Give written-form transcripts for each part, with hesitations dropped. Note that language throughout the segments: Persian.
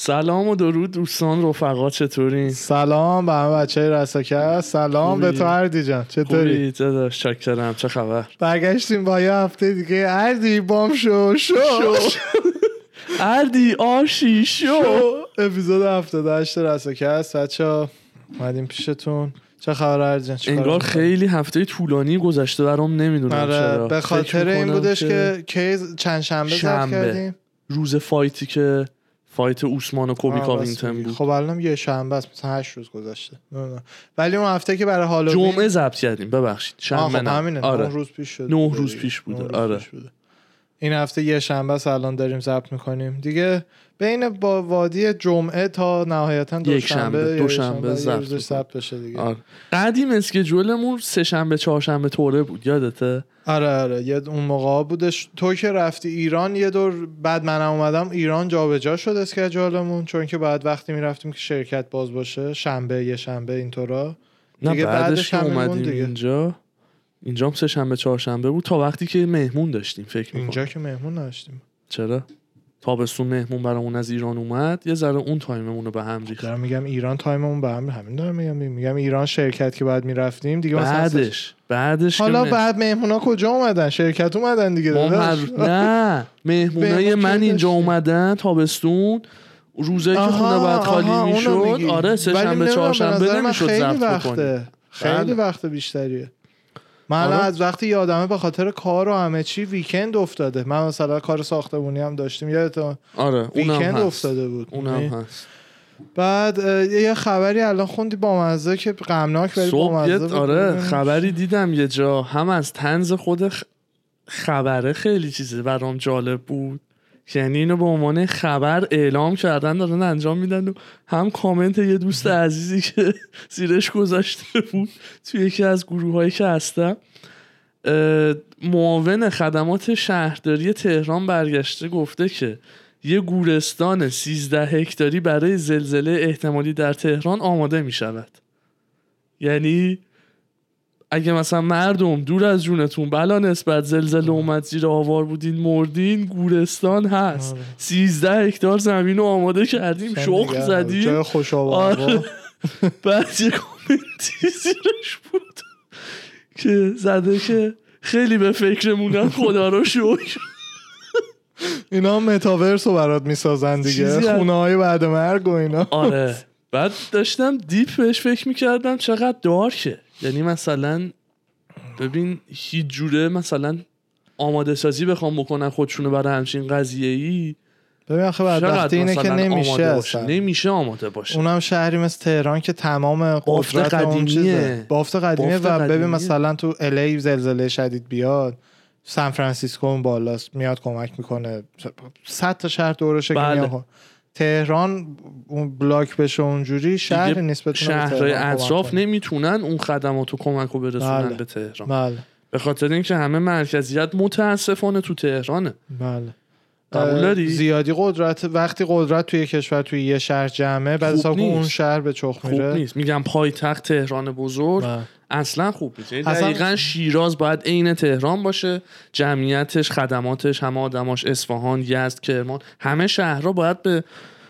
سلام و درود دوستان رفقا، چطورین؟ سلام به همه بچهای رساکه. سلام به تو اردی جان، چطوری؟ خوبی داداش، چاکرم. چه خبر؟ برگشتیم با یه هفته دیگه. اردی بام شو اردی آشی شو. اپیزود 78 رساکه است بچه‌ها، اومدیم پیشتون. چه خبر اردی جان؟ انگار خیلی هفته طولانی گذشته برام، نمیدونم چرا. به خاطر این بودش که چند شنبه ضبط کردیم، روز فایتی که فایت اوسمان و کوبی کاوینگتون بود. خب الان یه شنبه است، مثلا 8 روز گذشته. ولی اون هفته که برای هالووین جمعه ضبط کردیم، ببخشید شنبه نه. همینه. آره. 9 روز پیش شد. 9 روز پیش بوده. آره. این هفته یه شنبه است، الان داریم ضبط میکنیم دیگه. بین با وادی جمعه تا نهایتا دوشنبه ضبط بشه دیگه. آره. قدیم اسکیجولمون سه شنبه چهارشنبه طوره بود، یادته؟ آره یه اون موقع بودش. تو که رفتی ایران یه دور بعد منم اومدم ایران، جابجا شد اسکیجولمون، چون که بعد وقتی میرفتیم که شرکت باز باشه شنبه یه شنبه اینطورا دیگه. بعدش که اومدیم اینجا هم سه شنبه چهارشنبه بود تا وقتی که مهمون داشتیم. فکر می‌کنم اینجا که مهمون داشتیم. چرا؟ تابستون مهمون برامون از ایران اومد، یه ذره اون تایممون رو به هم ریخت. دارم میگم ایران تایممون به هم، همین دارم میگم ایران شرکت که بعد میرفتیم دیگه. بعدش حالا بعد مهمونا کجا اومدن؟ شرکت اومدن دیگه. نه مهمونای من اینجا اومدن تابستون، روزایی که خونه بعد خالی میشد. آره سه شنبه چهارشنبه نمیشد ضبط کنیم. خیلی وقت بیشتریه. من از وقتی یادمه به خاطر کار و همه چی ویکند افتاده. من مثلا کار ساختمونی هم داشتیم، یادت؟ آره ویکند افتاده بود. اونم هست. بعد یه خبری الان خوندی با مزه که غمناک ولی با مزه بود. آره خبری دیدم یه جا، هم از طنز خود خبره خیلی چیزی برام جالب بود، یعنی اینو به عنوان خبر اعلام کردن دارن انجام میدن، و هم کامنت یه دوست عزیزی که زیرش گذاشته بود توی یکی از گروهایی که هستم. معاون خدمات شهرداری تهران برگشته گفته که یه گورستان 13 هکتاری برای زلزله احتمالی در تهران آماده می شود. یعنی اگه مثلا مردم دور از جونتون بلا نسبت زلزله اومد زیر آوار بودین مردین، گورستان هست. 13 هکتار زمین رو آماده کردیم، شخ زدیم، جای خوش آوار. بعد یه کامنتی زیرش بود که زده که خیلی به فکرمونن، خدا رو شکر. اینا متاورس رو برات میسازن دیگه، خونه های بعد مرگ و اینا. آره. بعد داشتم دیپ بهش فکر میکردم چقدر دارکه. یعنی مثلا ببین هیچ جوره مثلا آماده سازی بخوام بکنن خودشونو برای همچین قضیه‌ای. ببین آخه بدبختی اینه که نمیشه آماده باشه. اونم شهری مثل تهران که تمام قدرت قدیمیه، بافت قدیمیه. و ببین مثلا تو الی زلزله شدید بیاد، سان فرانسیسکو اون بالاست میاد کمک میکنه، 100 تا شهر دورشه که میاد. تهران اون بلاک بشه اونجوری شهر نسبت شهرهای اطراف نمیتونن اون خدماتو کمکو برسونن به تهران. بله. به خاطر اینکه همه مرکزیت متاسفانه تو تهرانه. بله. قبول داری؟ زیادی قدرت، وقتی قدرت توی کشور توی یه شهر جمعه، بعد حساب اون شهر به چخ میره. خوب نیست. میگم پایتخت تهران بزرگ اصلا خوب نیست. دقیقاً شیراز باید عین تهران باشه، جمعیتش، خدماتش، همه آدماش، اصفهان، یزد، کرمان، همه شهرها باید به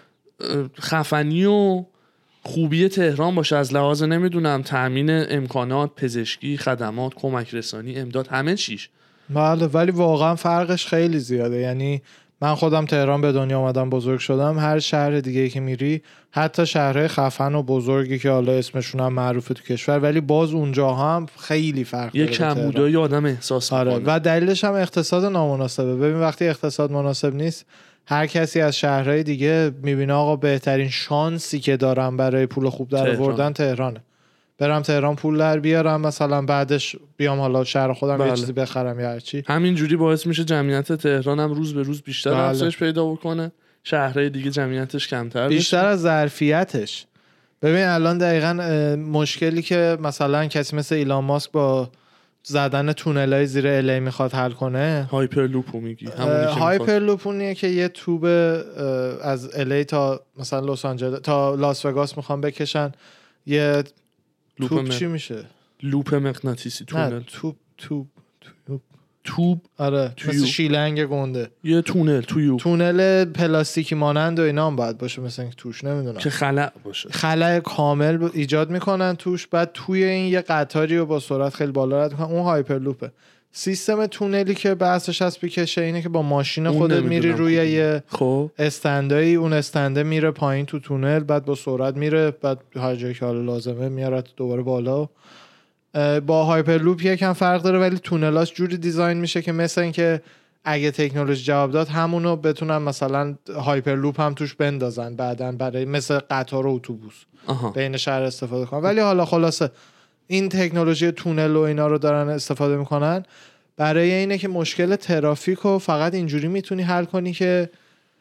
خفنی و خوبی تهران باشه، از لحاظ نمیدونم تامین امکانات، پزشکی، خدمات، کمک رسانی، امداد، همه چیش. بله. ولی واقعا فرقش خیلی زیاده. یعنی من خودم تهران به دنیا اومدم بزرگ شدم، هر شهر دیگه که میری، حتی شهرهای خفن و بزرگی که حالا اسمشون هم معروفه تو کشور، ولی باز اونجا هم خیلی فرق داره. یه کمبودایی آدم احساس میکنه. و دلیلش هم اقتصاد نامناسبه. ببین وقتی اقتصاد مناسب نیست، هر کسی از شهرهای دیگه میبینه آقا بهترین شانسی که دارم برای پول خوب در آوردن تهرانه، برم تهران پول در بیارم، مثلا بعدش بیام حالا شهر خودم یه چیزی بخرم یا هر چی. همین جوری باعث میشه جمعیت تهران هم روز به روز بیشتر افزایش پیدا بکنه، شهرهای دیگه جمعیتش کمتر بیشتر از ظرفیتش. ببین الان دقیقاً مشکلی که مثلا کسی مثل ایلان ماسک با زدن تونلای زیر الی میخواد حل کنه، هایپرلوپو میگی؟ هایپرلوپونیه که یه توب از الی تا مثلا لس آنجلس تا لاس وگاس میخوان بکشن. یه توپ چی میشه؟ لوپ مغناطیسی تونل. توب. آره مثل شیلنگ گنده. یه تونل پلاستیکی مانند و اینا هم باید باشه، مثلا اینکه توش نمیدونم که خلأ باشه، خلأ کامل ایجاد میکنن توش. بعد توی این یه قطاری رو با سرعت خیلی بالا رد میکنن، اون هایپرلوپه. سیستم تونلی که بحثش هست بکشه اینه که با ماشین خودت میری روی یه استندایی، اون استنده میره پایین تو تونل، بعد با سرعت میره، بعد هر جایی که حالا لازمه میارت دوباره بالا. با هایپرلوپ یکم فرق داره، ولی تونلاش جوری دیزاین میشه که مثلا اینکه اگه تکنولوژی جواب داد همونو بتونن مثلا هایپرلوپ هم توش بندازن بعدن برای مثل قطار و اتوبوس بین شهر استفاده کنن. ولی حالا خلاصه این تکنولوژی تونل و اینا رو دارن استفاده میکنن برای اینه که مشکل ترافیک رو فقط اینجوری میتونی حل کنی که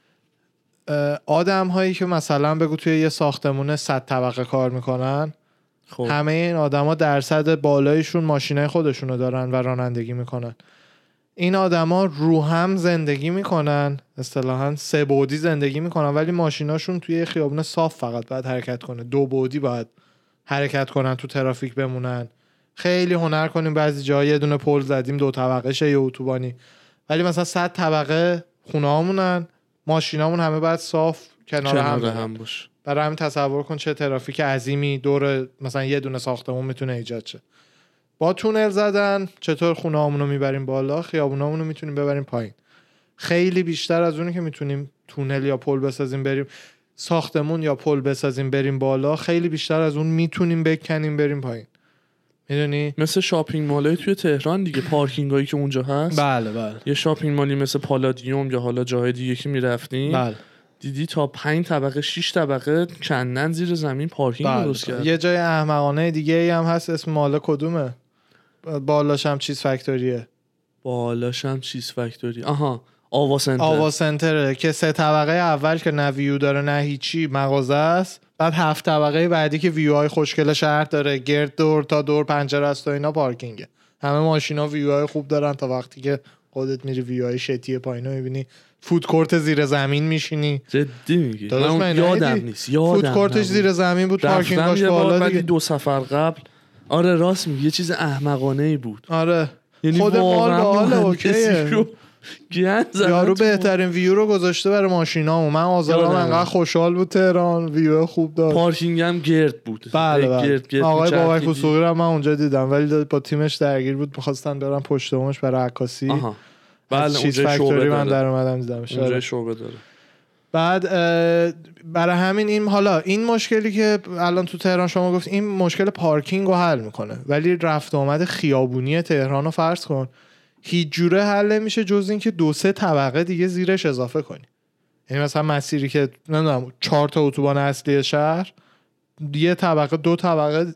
آدم هایی که مثلا بگو توی یه ساختمون 100 طبقه کار میکنن، همه این آدما درصد بالایشون ماشینای خودشونو دارن و رانندگی میکنن. این آدما رو هم زندگی میکنن، اصطلاحاً 3 بعدی زندگی میکنن، ولی ماشیناشون توی خیابون صاف فقط باید حرکت کنه، 2 بعدی باید حرکت کنن، تو ترافیک بمونن. خیلی هنر کنیم بعضی جا یه دونه پل زدیم 2 طبقه شه یا اتوبانی، ولی مثلا 100 طبقه خونه‌هامونن، ماشینامون همه باید صاف کنار هم باشه. برای همین تصور کن چه ترافیک عظیمی دور مثلا یه دونه ساختمون میتونه ایجاد شه. با تونل زدن چطور خونه‌هامون رو میبریم بالا، خیابونامون رو میتونیم ببریم پایین. خیلی بیشتر از اونی که میتونیم تونل یا پل بسازیم بریم ساختمون یا پل بسازیم بریم بالا، خیلی بیشتر از اون میتونیم بکنیم بریم پایین. میدونی مثل شاپینگ مالای توی تهران دیگه، پارکینگایی که اونجا هست. بله. یه شاپینگ مالی مثل پالادیوم یا حالا جاهای دیگه که میرفتیم، بله، دیدی تا 5 طبقه 6 طبقه کندن زیر زمین پارکینگ درست کرد. یه جای احمقانه دیگه ای هم هست، اسم مال کدومه؟ بالاش هم چیز فکتوریه. آها، آوا سنتره که 3 طبقه اول که نه ویو داره نه هیچی، مغازه است. بعد 7 طبقه بعدی که ویو های خوشگل شهر داره، گرد دور تا دور پنجره است و اینا پارکینگه. همه ماشینا ویو های خوب دارن تا وقتی که خودت میری ویو های شتی پایینو میبینی. فود کورت زیر زمین میشینی. جدی میگی؟ من یادم نیست. فود کورتش زیر زمین بود، پارکینگاش بالا دیگه. 2 سفر قبل آره راست میگی، یه چیز احمقانه ای بود. آره یعنی خود مال بالا اوکیه. یارو بهترین ویو رو گذاشته برای ماشینامون. من آزارم انقدر خوشحال بود تهران ویو خوب داشت. پارکینگ هم گرد بود. بله. گرد آقای بابک وثوقی رو من اونجا دیدم، ولی با تیمش درگیر بود، می‌خواستن برن پشت بومش برای عکاسی. بله اونجا شعبه من در اومدم دیدمش. اونجا شعبه داره. بعد برای همین این حالا این مشکلی که الان تو تهران شما گفت، این مشکل پارکینگ رو حل میکنه، ولی رفت آمد خیابونی تهران رو فرض کن هیچ جوره حل نمیشه جز این که 2-3 طبقه دیگه زیرش اضافه کنی. یعنی مثلا مسیری که نمیدونم 4 تا اتوبان اصلی شهر، 1 طبقه 2 طبقه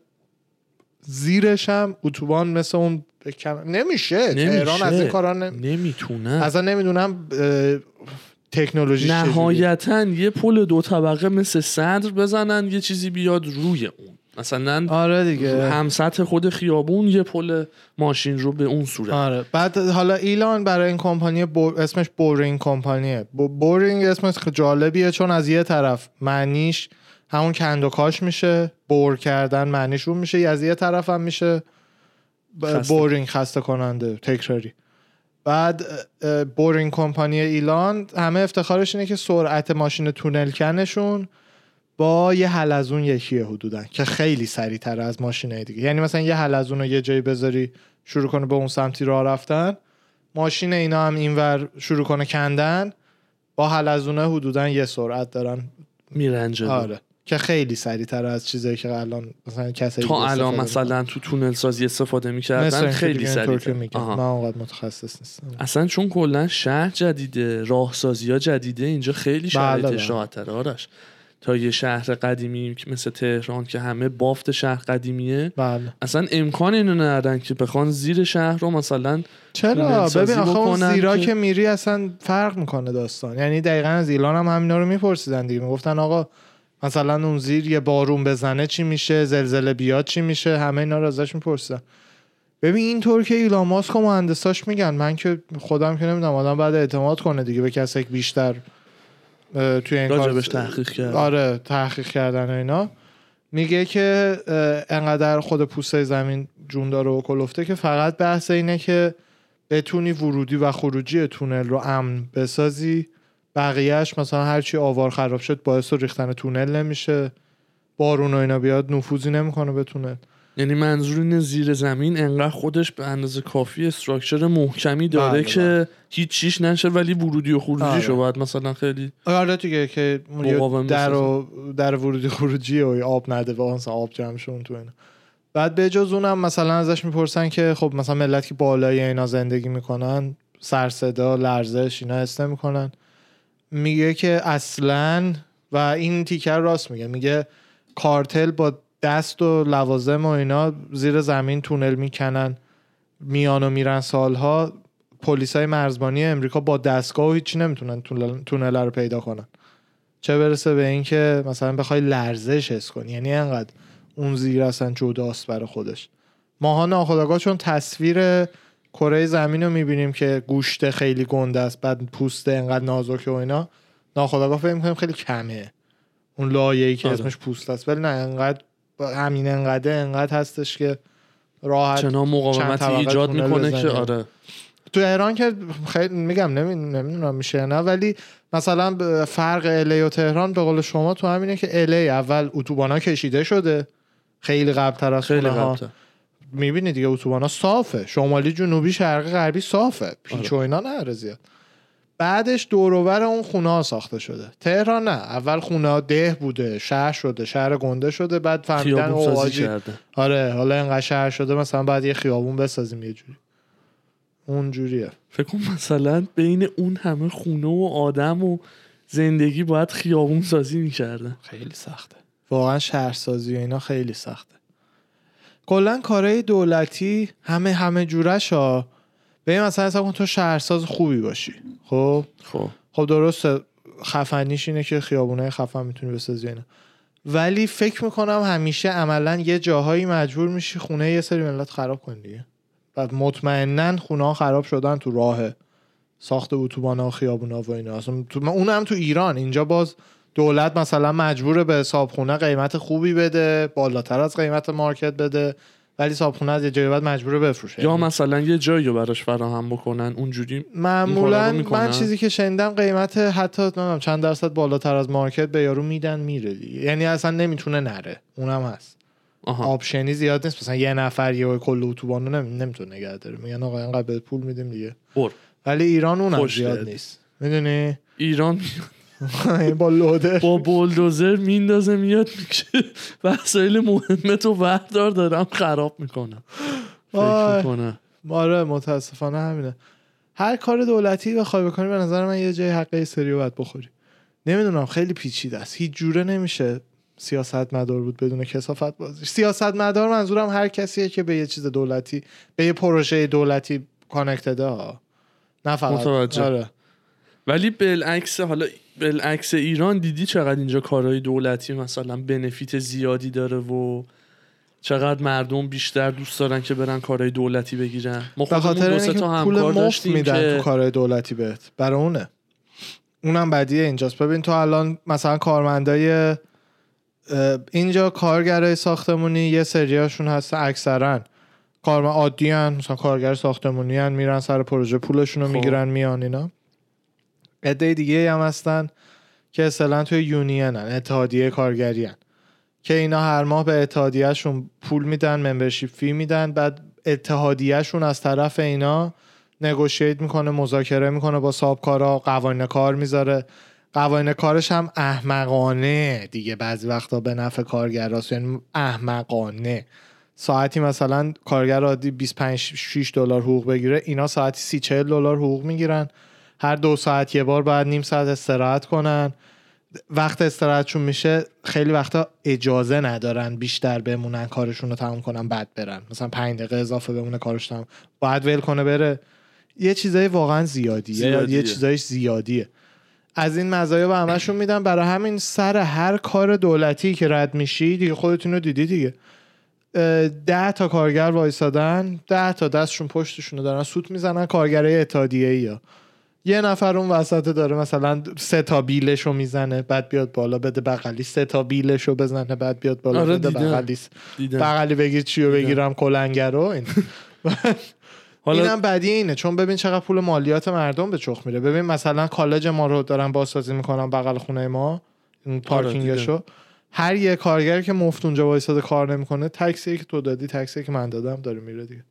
زیرش هم اتوبان مثل اون نمیشه. تهران از این کارا نمیتونه. اصلا نمیدونم تکنولوژی نهایتاً یه پل 2 طبقه مثل صدر بزنن، یه چیزی بیاد روی اون مثلا. آره دیگه، هم سطح خود خیابون یه پل ماشین رو به اون صورت. آره. بعد حالا ایلان برای این کمپانی اسمش بورینگ کمپانیه. بورینگ اسمش جالبیه چون از یه طرف معنیش همون کند و کاش میشه، بور کردن معنیش اون میشه، از یه طرف هم میشه بورینگ، خسته کننده، تکراری. بعد بورینگ کمپانی ایلان همه افتخارش اینه که سرعت ماشین تونل کنشون با یه حلزون یکیه حدوداً، که خیلی سریع‌تر از ماشینای دیگه. یعنی مثلا یه حلزون رو یه جایی بذاری شروع کنه به اون سمتی راه رفتن، ماشین اینا هم اینور شروع کنه کندن، با حلزونه حدوداً یه سرعت دارن میرن جلو. آره، که خیلی سریع‌تر از چیزایی که الان مثلا کسایی تا الان مثلا تو تونل سازی استفاده می‌کردن خیلی سریع‌تر. من اونقدر متخصص نیستم اصلا، چون کلا شهر جدیده، راهسازی‌ها جدیده، اینجا خیلی شرایطش راحت‌تره آرش تا یه شهر قدیمی مثل تهران که همه بافت شهر قدیمیه. بله. اصلا امکان اینو ندارن که بخوان زیر شهر رو مثلا چرا ببین آخه اون زیرا که میری اصلا فرق میکنه داستان. یعنی دقیقاً از ایلان هم همینا رو میپرسیدن دیگه، میگفتن آقا مثلا اون زیر یه بارون بزنه چی میشه، زلزله بیاد چی میشه، همه اینا رو ازش میپرسیدن. ببین اینطور که ایلان ماسک و مهندساش میگن، من که خودم که نمیدونم، آدم بعد اعتماد کنه دیگه به کسی که بیشتر توی این راجبش تحقیق کردن. آره تحقیق کردن و اینا. میگه که انقدر خود پوسته زمین جون داره و کلفته که فقط بحث اینه که بتونی ورودی و خروجی تونل رو امن بسازی، بقیهش مثلا هرچی آوار خراب شد باعث ریختن تونل نمیشه، بارون و اینا بیاد نفوذی نمیکنه به تونل. یعنی منظور اینه زیر زمین انقدر خودش به اندازه کافی استراکچر محکمی داره که هیچ چیش نشه، ولی ورودی و خروجیشو باید مثلا خیلی دیگه که در ورودی خروجی و آب نده و مثلا آب جمع شون تو اینا. بعد به جز اونم مثلا ازش میپرسن که خب مثلا ملت که بالای اینا زندگی میکنن سر صدا لرزش اینا حس نمیکنن. میگه که اصلا و این تیکر راست میگه کارتل با دست و لوازم و اینا زیر زمین تونل میکنن میان و میرن سالها، پلیسای مرزبانی امریکا با دستگاه و هیچی نمیتونن تونل رو پیدا کنن، چه برسه به این که مثلا بخوای لرزش حس کنی. یعنی انقدر اون زیر اصلا جداست برای خودش. ماها ناخودآگاه چون تصویر کره زمین رو میبینیم که گوشت خیلی گنده است، بعد پوست انقدر نازکه و اینا، ناخودآگاه فکر می‌کنیم خیلی کمه اون لایه‌ای که اسمش پوست است، ولی نه انقدر همین انقدر هستش که راحت چنان مقاومتی ایجاد میکنه که آره. تو ایران که خیلی میگم نمیدونم میشه نه، ولی مثلا فرق الی و تهران به قول شما تو همینه که الی اول اتوبانا کشیده شده خیلی قبل‌تر از خونه ها، میبینی دیگه اتوبانا صافه، شمالی جنوبی شرقی غربی صافه، پیچ و اینا نره زیاد. بعدش دور و بر اون خونه ها ساخته شده. تهران نه، اول خونه ها ده بوده، شهر شده، شهر گنده شده، بعد فهمیدن آره حالا اینقدر شهر شده مثلا بعد یه خیابون بسازیم یه جوری. اون جوریه. فکر کنم مثلا بین اون همه خونه و آدم و زندگی باید خیابون سازی می‌کردن. خیلی سخته واقعا، شهرسازی و اینا خیلی سخته. کلا کارهای دولتی همه جورش ها. ببین مثلا تو شهرساز خوبی باشی، خب درسته خفنیش اینه که خیابونای خفن میتونی بسازی اینا، ولی فکر میکنم همیشه عملا یه جاهایی مجبور میشی خونه یه سری ملت خراب کنی دیگه. بعد مطمئنن خونه ها خراب شدن تو راه ساخت اتوبانا و خیابونا و اینا. اصلا اونم تو ایران اینجا باز دولت مثلا مجبوره به صابخونه قیمت خوبی بده، بالاتر از قیمت مارکت بده، ولی صابخونه از یه جایی بعد مجبوره بفروشه، یا مثلا یه جایی رو براش فراهم بکنن اونجوری. معمولا من چیزی که شنیدم قیمت حتی چند درصد بالاتر از مارکت به یارو میدن میره دیگه، یعنی اصلا نمیتونه نره. اونم هست. آپشنی زیاد نیست، مثلا یه نفر یه کل اتوبانو نمیتونه نگه داره، میگن آقا اینقدر پول میدیم دیگه. ولی ایران اونم زیاد نیست، میدونی ایران با لودر با بولدوزر میندازه میاد میگه وسایل مهمتو بردار دارم خراب میکنم. فکر میکنه آره متاسفانه همینه. هر کار دولتی بخوای بکنی به نظر من یه جای حقه سریو باید بخوری. نمیدونم خیلی پیچیده است، هیچ جوره نمیشه سیاستمدار بود بدون کثافت بازیش. سیاستمدار منظورم هر کسیه که به یه چیز دولتی، به یه پروژه دولتی کانکتده ها، نه فقط. آره. ولی بالعکس ایران دیدی چقدر اینجا کارهای دولتی مثلا بنفیت زیادی داره و چقدر مردم بیشتر دوست دارن که برن کارهای دولتی بگیرن. ما خودمون 2-3 تا همکار داشتیم میدن که تو کارهای دولتی بهت، برای اونم بدیه اینجاست. ببین تو الان مثلا کارمندای اینجا کارگرای ساختمونی یه سریاشون هستن اکثرا کارمند عادی ان، مثلا کارگر ساختمونی ان، میرن سر پروژه پولشون رو میگیرن میان اینا. عده دیگه هم هستن که اصلا توی یونین ان، اتحادیه کارگری ان، که اینا هر ماه به اتحادیهشون پول میدن، ممبرشیپ فی میدن، بعد اتحادیهشون از طرف اینا نگوشیت میکنه، مذاکره میکنه با صاحبکارا، قوانین کار میذاره. قوانین کارش هم احمقانه دیگه، بعضی وقتا به نفع کارگراست، یعنی احمقانه. ساعتی مثلا کارگر عادی 25-6 دلار حقوق بگیره، اینا ساعتی 30-40 دلار حقوق میگیرن. هر 2 ساعت یه بار باید نیم ساعت استراحت کنن. وقت استراحتشون میشه خیلی وقتا اجازه ندارن بیشتر بمونن کارشون رو تموم کنن بعد برن، مثلا 5 دقیقه اضافه بمونه کارش تموم، باید ول کنه بره. یه چیزای واقعا زیادیه. یه چیزایش زیادیه. از این مزایا به همشون میدن. برای همین سر هر کار دولتی که رد میشی دیگه خودتون رو دیدی دیگه، 10 تا کارگر وایسادن، 10 تا دستشون پشتشون رو دارن سوت میزنن، کارگرای اتحادیه‌ای ها. یه نفر اون وسط داره مثلا 3 تا بیلشو میزنه، بعد بیاد بالا بده بغلی، 3 تا بیلشو بزنه بعد بیاد بالا بده بغلی. بغلی بگیر چیو بگیرم کلنگرو این اینم بدی اینه، چون ببین چقدر پول مالیات مردم به چخ میره. ببین مثلا کالج ما رو دارن بازسازی میکنن بغل خونه ما، این پارکینگشو، هر یه کارگری که مفت اونجا وایساده کار نمیکنه، تکسی که تو دادی تکسی که من دادم داره میره دیگه.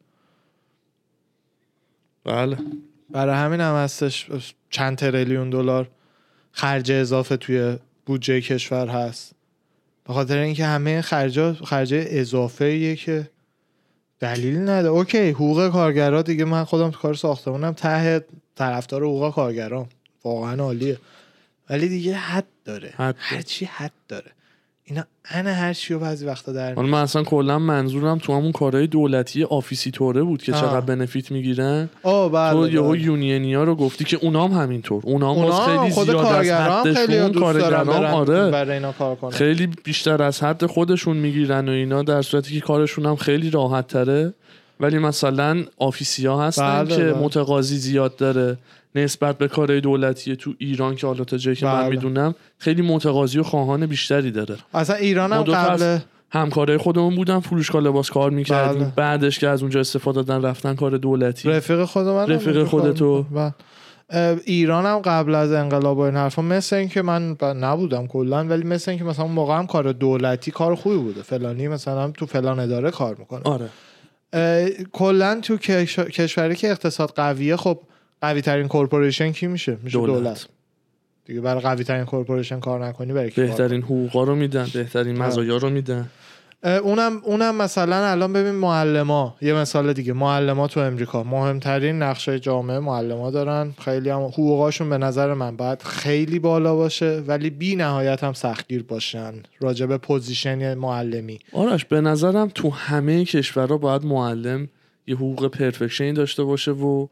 بله. برای همین هم هستش چند تریلیون دلار خرج اضافه توی بودجه کشور هست، به خاطر اینکه همه خرج اضافه‌ایه که دلیل نداره. اوکی حقوق کارگرا دیگه، من خودم تو کار ساختمونم ته طرفدار حقوق کارگرام، واقعا عالیه، ولی دیگه حد داره. هر چی حد داره. اینا هر چی رو بعضی وقتا در من اصلا کلا منظورم تو همون کارهای دولتی آفیسی طوره بود که چقدر بنفیت میگیرن. تو یهو یونینیا رو گفتی که اونام همینطور، اونام خیلی زیاد از حدشون کارگران برای اینا کار کنن، خیلی بیشتر از حد خودشون میگیرن و اینا، در صورتی که کارشون هم خیلی راحت تره. ولی مثلا آفیسیا هستن که متقاضی زیاد داره نسبت به کارهای دولتی تو ایران که حالا تا جایی که من میدونم خیلی متقاضی و خواهان بیشتری داره. اصلا ایران هم قبل همکارای خودمون بودن فروشگاه لباس کار میکردیم، بعدش که از اونجا استفاده دادن رفتن کار دولتی. رفیق خودتو ایران هم قبل از انقلاب و این حرفا مثل این که من نبودم کلا، ولی مثل این که مثلا اون موقع هم کار دولتی کار خوبی بوده، فلانی مثلا تو فلان اداره کار میکنه. آره کلا تو کشوری که اقتصاد قویه، خب قوی ترین کورپوریشن کی میشه دولت دیگه. برای قوی ترین کورپوریشن کار نکنی برای کی؟ بهترین حقوقا رو میدن، بهترین مزایا رو میدن. اونم مثلا الان ببین معلما، یه مثال دیگه، معلما تو امریکا مهمترین نقشه جامعه معلما دارن، خیلی هم حقوقاشون به نظر من باید خیلی بالا باشه، ولی بی نهایت هم سختگیر باشن راجع به پوزیشن معلمی. آرش به نظرم تو همه کشورها باید معلم یه حقوق پرفکشنی داشته باشه و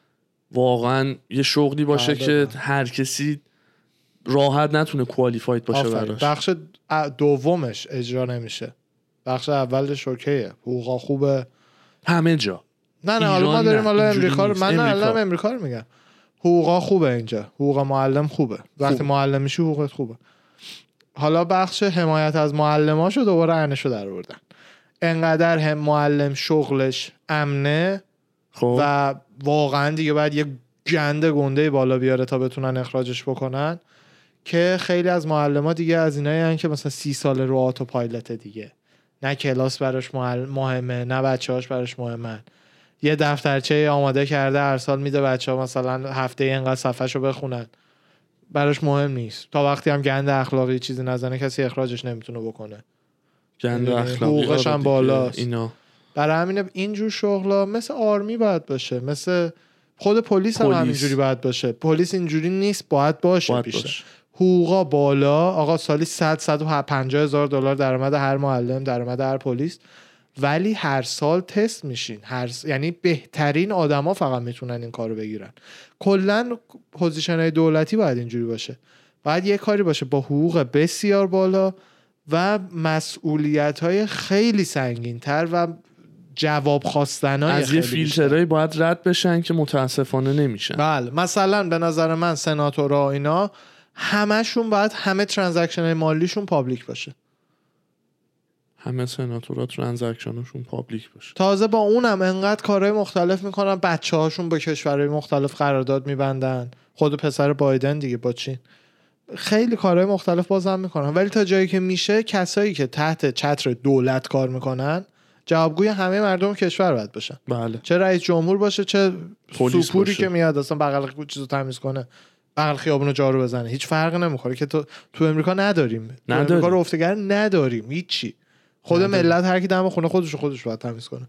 واقعا یه شغلی باشه که هر کسی راحت نتونه کوالیفاید باشه براش. بخش دومش اجرا نمیشه، بخش اولش اوکیه، حقوقا خوبه همه جا. نه حالا ما داریم حالا امریکا رو، من الان امریکا رو میگم، حقوقا خوبه اینجا، حقوق معلم خوبه، وقتی معلم میشی حقوقت خوبه. حالا بخش حمایت از معلماشو دوباره ارنشو در آوردن، انقدر هم معلم شغلش امنه و واقعا دیگه باید یه گنده بالا بیاره تا بتونن اخراجش بکنن، که خیلی از معلم‌ها دیگه از اینایی هستن که مثلا 30 سال رو آتو پایلت دیگه، نه کلاس براش مهمه نه بچه‌هاش براش مهمن، یه دفترچه آماده کرده هر سال میده بچه‌ها مثلا هفته اینقدر صفحه‌شو بخونن، براش مهم نیست. تا وقتی هم گند اخلاقی چیزی نزنه کسی اخراجش نمیتونه بکنه، گند اخلاقی حقوقش هم بالاست. اینا برای همین اینجور شغلا مثل آرمی باید باشه، مثل خود پلیس هم همینجوری باید باشه. پلیس اینجوری نیست، باید باشه بیشتر. حقوقا بالا، آقا سالی 150 هزار دلار درآمد هر معلم، درآمد هر پلیس، ولی هر سال تست میشین، یعنی بهترین آدما فقط میتونن این کارو بگیرن. کلا پوزیشن‌های دولتی باید اینجوری باشه، باید یه کاری باشه با حقوق بسیار بالا و مسئولیت‌های خیلی سنگین‌تر و جواب خواستنای از یه فیلترهای باید رد بشن که متاسفانه نمیشن. بله، مثلا به نظر من سناتورها اینا همشون باید همه ترانزکشن مالیشون پابلیک باشه. همه سناتورها ترانزکشنشون پابلیک باشه. تازه با اونم انقدر کارهای مختلف میکنن، بچه‌هاشون با کشورهای مختلف قرارداد میبندن، خود پسر بایدن دیگه با چین خیلی کارهای مختلف بازم میکنن، ولی تا جایی که میشه کسایی که تحت چتر دولت کار میکنن جوابگوی همه مردم کشور باید باشن. بله. چه رئیس جمهور باشه، چه سوپوری که میاد اصلا بغل چیزو تمیز کنه، بغل خیابونو جارو بزنه، هیچ فرقی نمیکنه که تو امریکا نداریم. امریکا رفتگر نداریم هیچی. خود ملت هر کی دم خونه خودش باید تمیز کنه.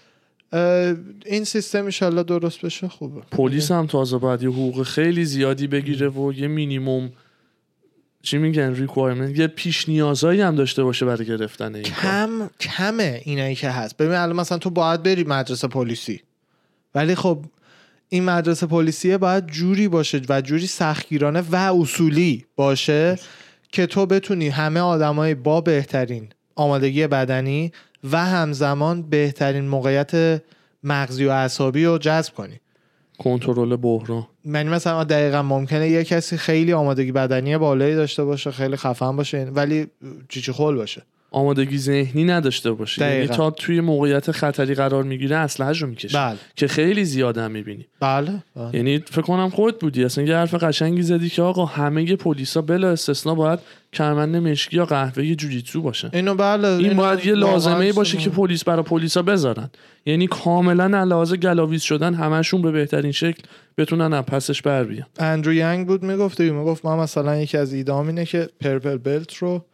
این سیستم ان شاءالله درست بشه خوبه. پلیس هم تازه باید یه حقوق خیلی زیادی بگیره و یه مینیمم چی میگن ریکوایرمنت، یه پیش نیازایی هم داشته باشه برای گرفتن این کمه اینایی که هست. ببین الان مثلا تو باید بری مدرسه پلیسی، ولی خب این مدرسه پلیسیه باید جوری باشه و جوری سختگیرانه و اصولی باشه که تو بتونی همه آدمای با بهترین آمادگی بدنی و همزمان بهترین موقعیت مغزی و اعصابی رو جذب کنی. کنترل بحران. یعنی مثلا دقیقاً ممکنه یه کسی خیلی آمادگی بدنی بالایی داشته باشه، خیلی خفن باشه، ولی چیچی خول باشه. آمادگی ذهنی نداشته باشه. یعنی تا توی موقعیت خطری قرار میگیره اسلحه‌شو میکشه. بله. که خیلی زیاد هم میبینی. بله. یعنی فکر کنم خودت بودی اصلا یه حرف قشنگی زدی که آقا همه پلیسا بلا استثنا باید کمربند مشکی یا قهوه‌ای جوجیتسو باشه. اینو بله. این باید یه لازمه‌ای باشه که پلیس برای پلیسا بذارن. یعنی کاملا علاوه گلاویز شدن همشون به بهترین شکل بتونن از پسش بر بیان. اندرو ینگ بود میگفت من مثلا یکی از ایده‌ام اینه که پرپل بلت رو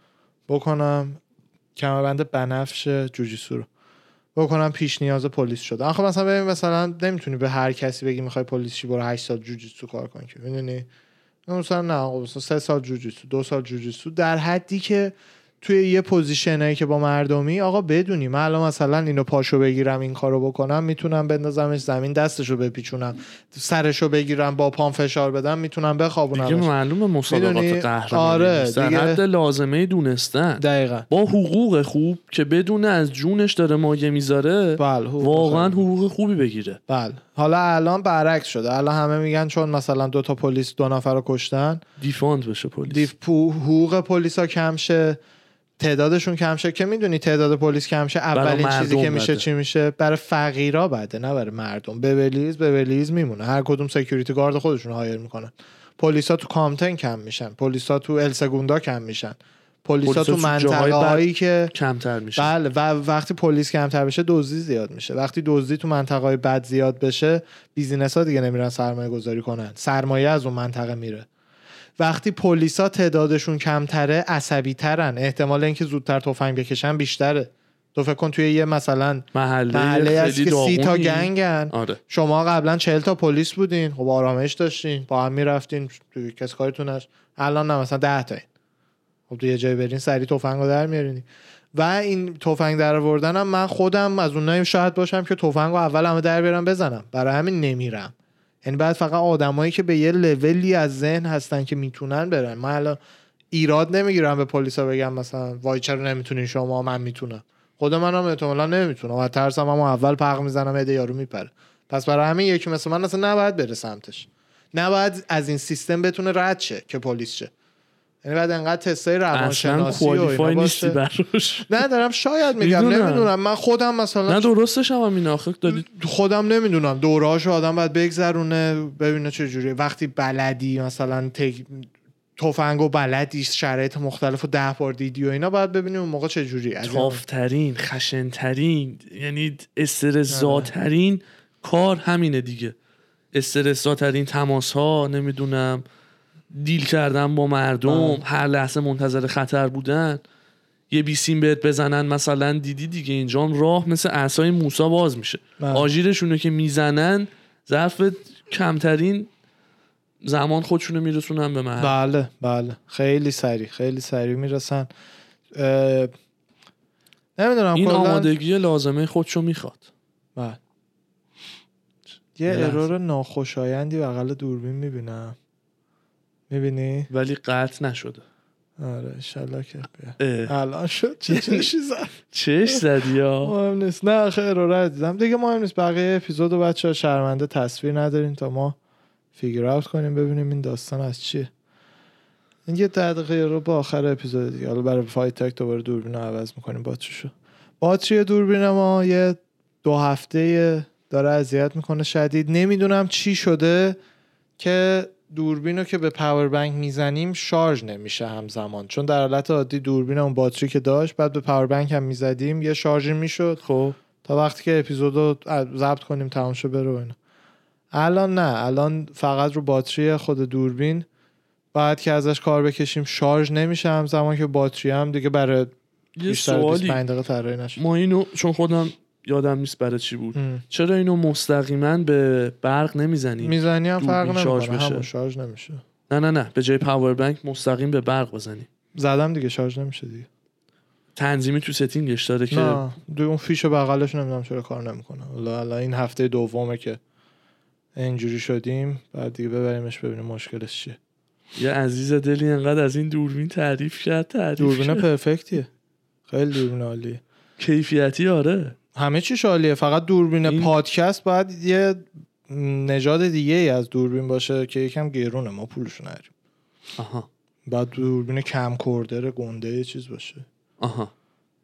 بکنم، کمربند بنفش جوجیتسو رو بکنم پیش نیاز پلیس شده. آخه مثلا ببین مثلا نمیتونی به هر کسی بگی میخوای پلیس شی برو 8 سال جوجیتسو کار کن که میدونی. مثلا نه مثلا 3 سال جوجیتسو 2 سال جوجیتسو در حدی که توی یه پوزیشنایی که با مردمی آقا بدونی من الان مثلا اینو پاشو بگیرم این کارو بکنم میتونم بندازمش زمین دستشو بپیچونم سرشو بگیرم با پام فشار بدم میتونم بخوابونمش. دیگه معلومه مسابقات قهرمانی آره در حد لازمه دونستن دقیقاً با حقوق خوب که بدون از جونش داره مایه میذاره واقعا حقوق خوبی بگیره. بله. حالا الان برعکس شده. الان همه میگن چون مثلا 2 تا پلیس 2 نفر رو کشتن دیفاند بشه پلیس، حقوق پلیسا کم شه، تعدادشون کم شه. که میدونی تعداد پلیس کم شه اولین چیزی که میشه چی میشه؟ برای فقیرا بده نه برای مردم. ببلیز میمونه، هر کدوم سکیوریتی گارد خودشون هایر میکنن. پلیسا تو کامتن کم میشن، پلیسا تو السگوندا کم میشن، پلیسا تو منطقه هایی که کمتر میشه. بله. و وقتی پلیس کمتر بشه دزدی زیاد میشه. وقتی دزدی تو منطقه های بد زیاد بشه بیزینس ها دیگه نمیرن سرمایه گذاری کنن، سرمایه از اون منطقه میره. وقتی پلیسا تعدادشون کمتره عصبی ترن، احتمال اینکه زودتر تفنگ بکشن بیشتره. تو فکر کن توی یه مثلا محله هست که 30 تا گنگن. آره. شما قبلا 40 تا پلیس بودین، خب آرامش داشتین با هم میرفتین توی کس کارتون هست. الان نه مثلا 10 تا. خب تو یه جای برین سری تفنگو در میارین. و این تفنگ در آوردنم من خودم از اونایی شاید باشم که تفنگو اول همه در بیارم بزنم، برای همین نمیرم. یعنی بعد فقط آدمایی که به یه لولی از ذهن هستن که میتونن برن. من الان ایراد نمیگیرم به پلیسا بگم مثلا وای چرا نمیتونین شما، من میتونم. خود منم احتمالاً نمیتونم و ترسم اما اول پق میزنم ایده یارو میپره. پس برای همین یکی مثلا من اصلا نباید بره سمتش، نباید از این سیستم بتونه رد شه که پلیس شه. یعنی بعد انقدر تستای روانشناسی و اینا باشه نه دارم شاید میگم نمیدونم. من خودم مثلا نه درستش هم این آخر دادید خودم نمیدونم دورهاشو آدم باید بگذرونه ببینه چه جوریه. وقتی بلدی مثلا تفنگو بلدی شرایط مختلفو 10 بار دیدی و اینا باید ببینیم اون موقع چه جوری. تافترین خشنترین یعنی استرس‌زاترین کار همینه دیگه. استرس‌زاترین تماس ها، نمیدونم دیل کردن با مردم، هر لحظه منتظر خطر بودن. یه بیسیم بهت بزنن مثلا دیدی دیگه اینجا راه مثل عصای موسی باز میشه. آژیرشونو که میزنن ظرف کمترین زمان خودشونو میرسونن به محل. بله خیلی سریع میرسن. نمیدونم این آمادگی لازمه خودشو میخواد. بله. یه ارور ناخوشایندی بغل دوربین میبینم. میبینی؟ ولی قطع نشده. آره انشالله که الان شد. چش زدی یا مهم نیست. نه خیر ارور دیدم دیگه مهم نیست. بقیه اپیزودو بچه‌ها شرمنده تصویر ندارین تا ما فیگر اوت کنیم ببینیم این داستان از چیه. این یه دقیقه رو با آخر اپیزود دیگه. حالا برای فایت تک دوباره دوربین رو عوض میکنیم. باتری دوربین ما یه 2 هفته داره اذیت میکنه شدید. نمیدونم چی شده که دوربینو که به پاور بانک میزنیم شارژ نمیشه همزمان. چون در حالت عادی دوربین اون باتری که داشت بعد به پاور بانک هم میزدیم یه شارژی میشد خب تا وقتی که اپیزودو ضبط کنیم تمام شه بره اینا. الان نه، الان فقط رو باتری خود دوربین بعد که ازش کار بکشیم شارژ نمیشه همزمان که باتری هم دیگه برای بیشتر 25 دقیقه طراحی نشد. ما اینو چون خودم یادم نیست برای چی بود چرا اینو مستقیما به برق نمیزنیم؟ میزنی هم فرق نمیکنه همون شارژ نمیشه. نه به جای پاور بانک مستقیم به برق بزنیم. زدم دیگه شارژ نمیشه دیگه. تنظیمی تو ستینگش داره که نه اون فیش بغلش نمیدونم چرا کار نمیکنه. حالا این هفته دومه که اینجوری شدیم بعد دیگه ببریمش ببینیم مشکلش چیه. یه عزیز دلی انقدر از این دوربین تعریف کرد. دوربین پرفکتیه، خیلی دوربین عالیه، کیفیتی. آره همه چیش عالیه. فقط دوربین پادکست باید یه نژاد دیگه ای از دوربین باشه که یکم گرونه ما پولشو نداریم. آها. بعد دوربین کم کوردر گنده یه چیز باشه. آها.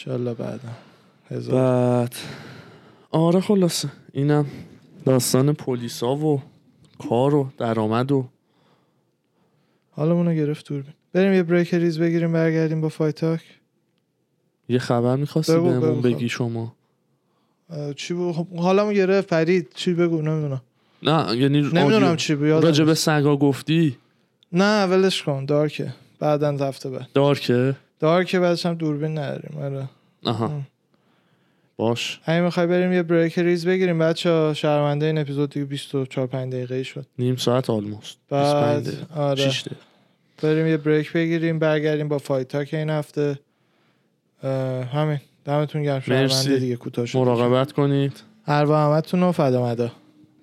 انشالله بعدا. بعد آره خلاصه اینم داستان پلیسا و کار و درآمد و حالمونو گرفت دوربین. بریم یه بریک ریز بگیریم برگردیم با فایت تاک. یه خبر می‌خواستی بهمون بگی شما؟ چی حالمو گرفت پرید. چی بگو؟ نمیدونم. نه یعنی نمیدونم چی بیاد. راجع به سگا گفتی؟ نه ولش کن. دارکه. بعدن هفته بعد. دارکه بعدش هم دوربین نداریم. آره. آها. باش. اگه میخوای بریم یه بریک ریز بگیریم بچه‌ها. شرمنده این اپیزود دیگه 24 5 دقیقه‌ای شد. نیم ساعت آلموست. بعد آره. بریم یه بریک بگیریم برگردیم با فایت تاک این هفته. همین. دمتون گرم. شرمنده دیگه کوتاه شد. مراقبت کنید. اروا همتون رو فدا مدا.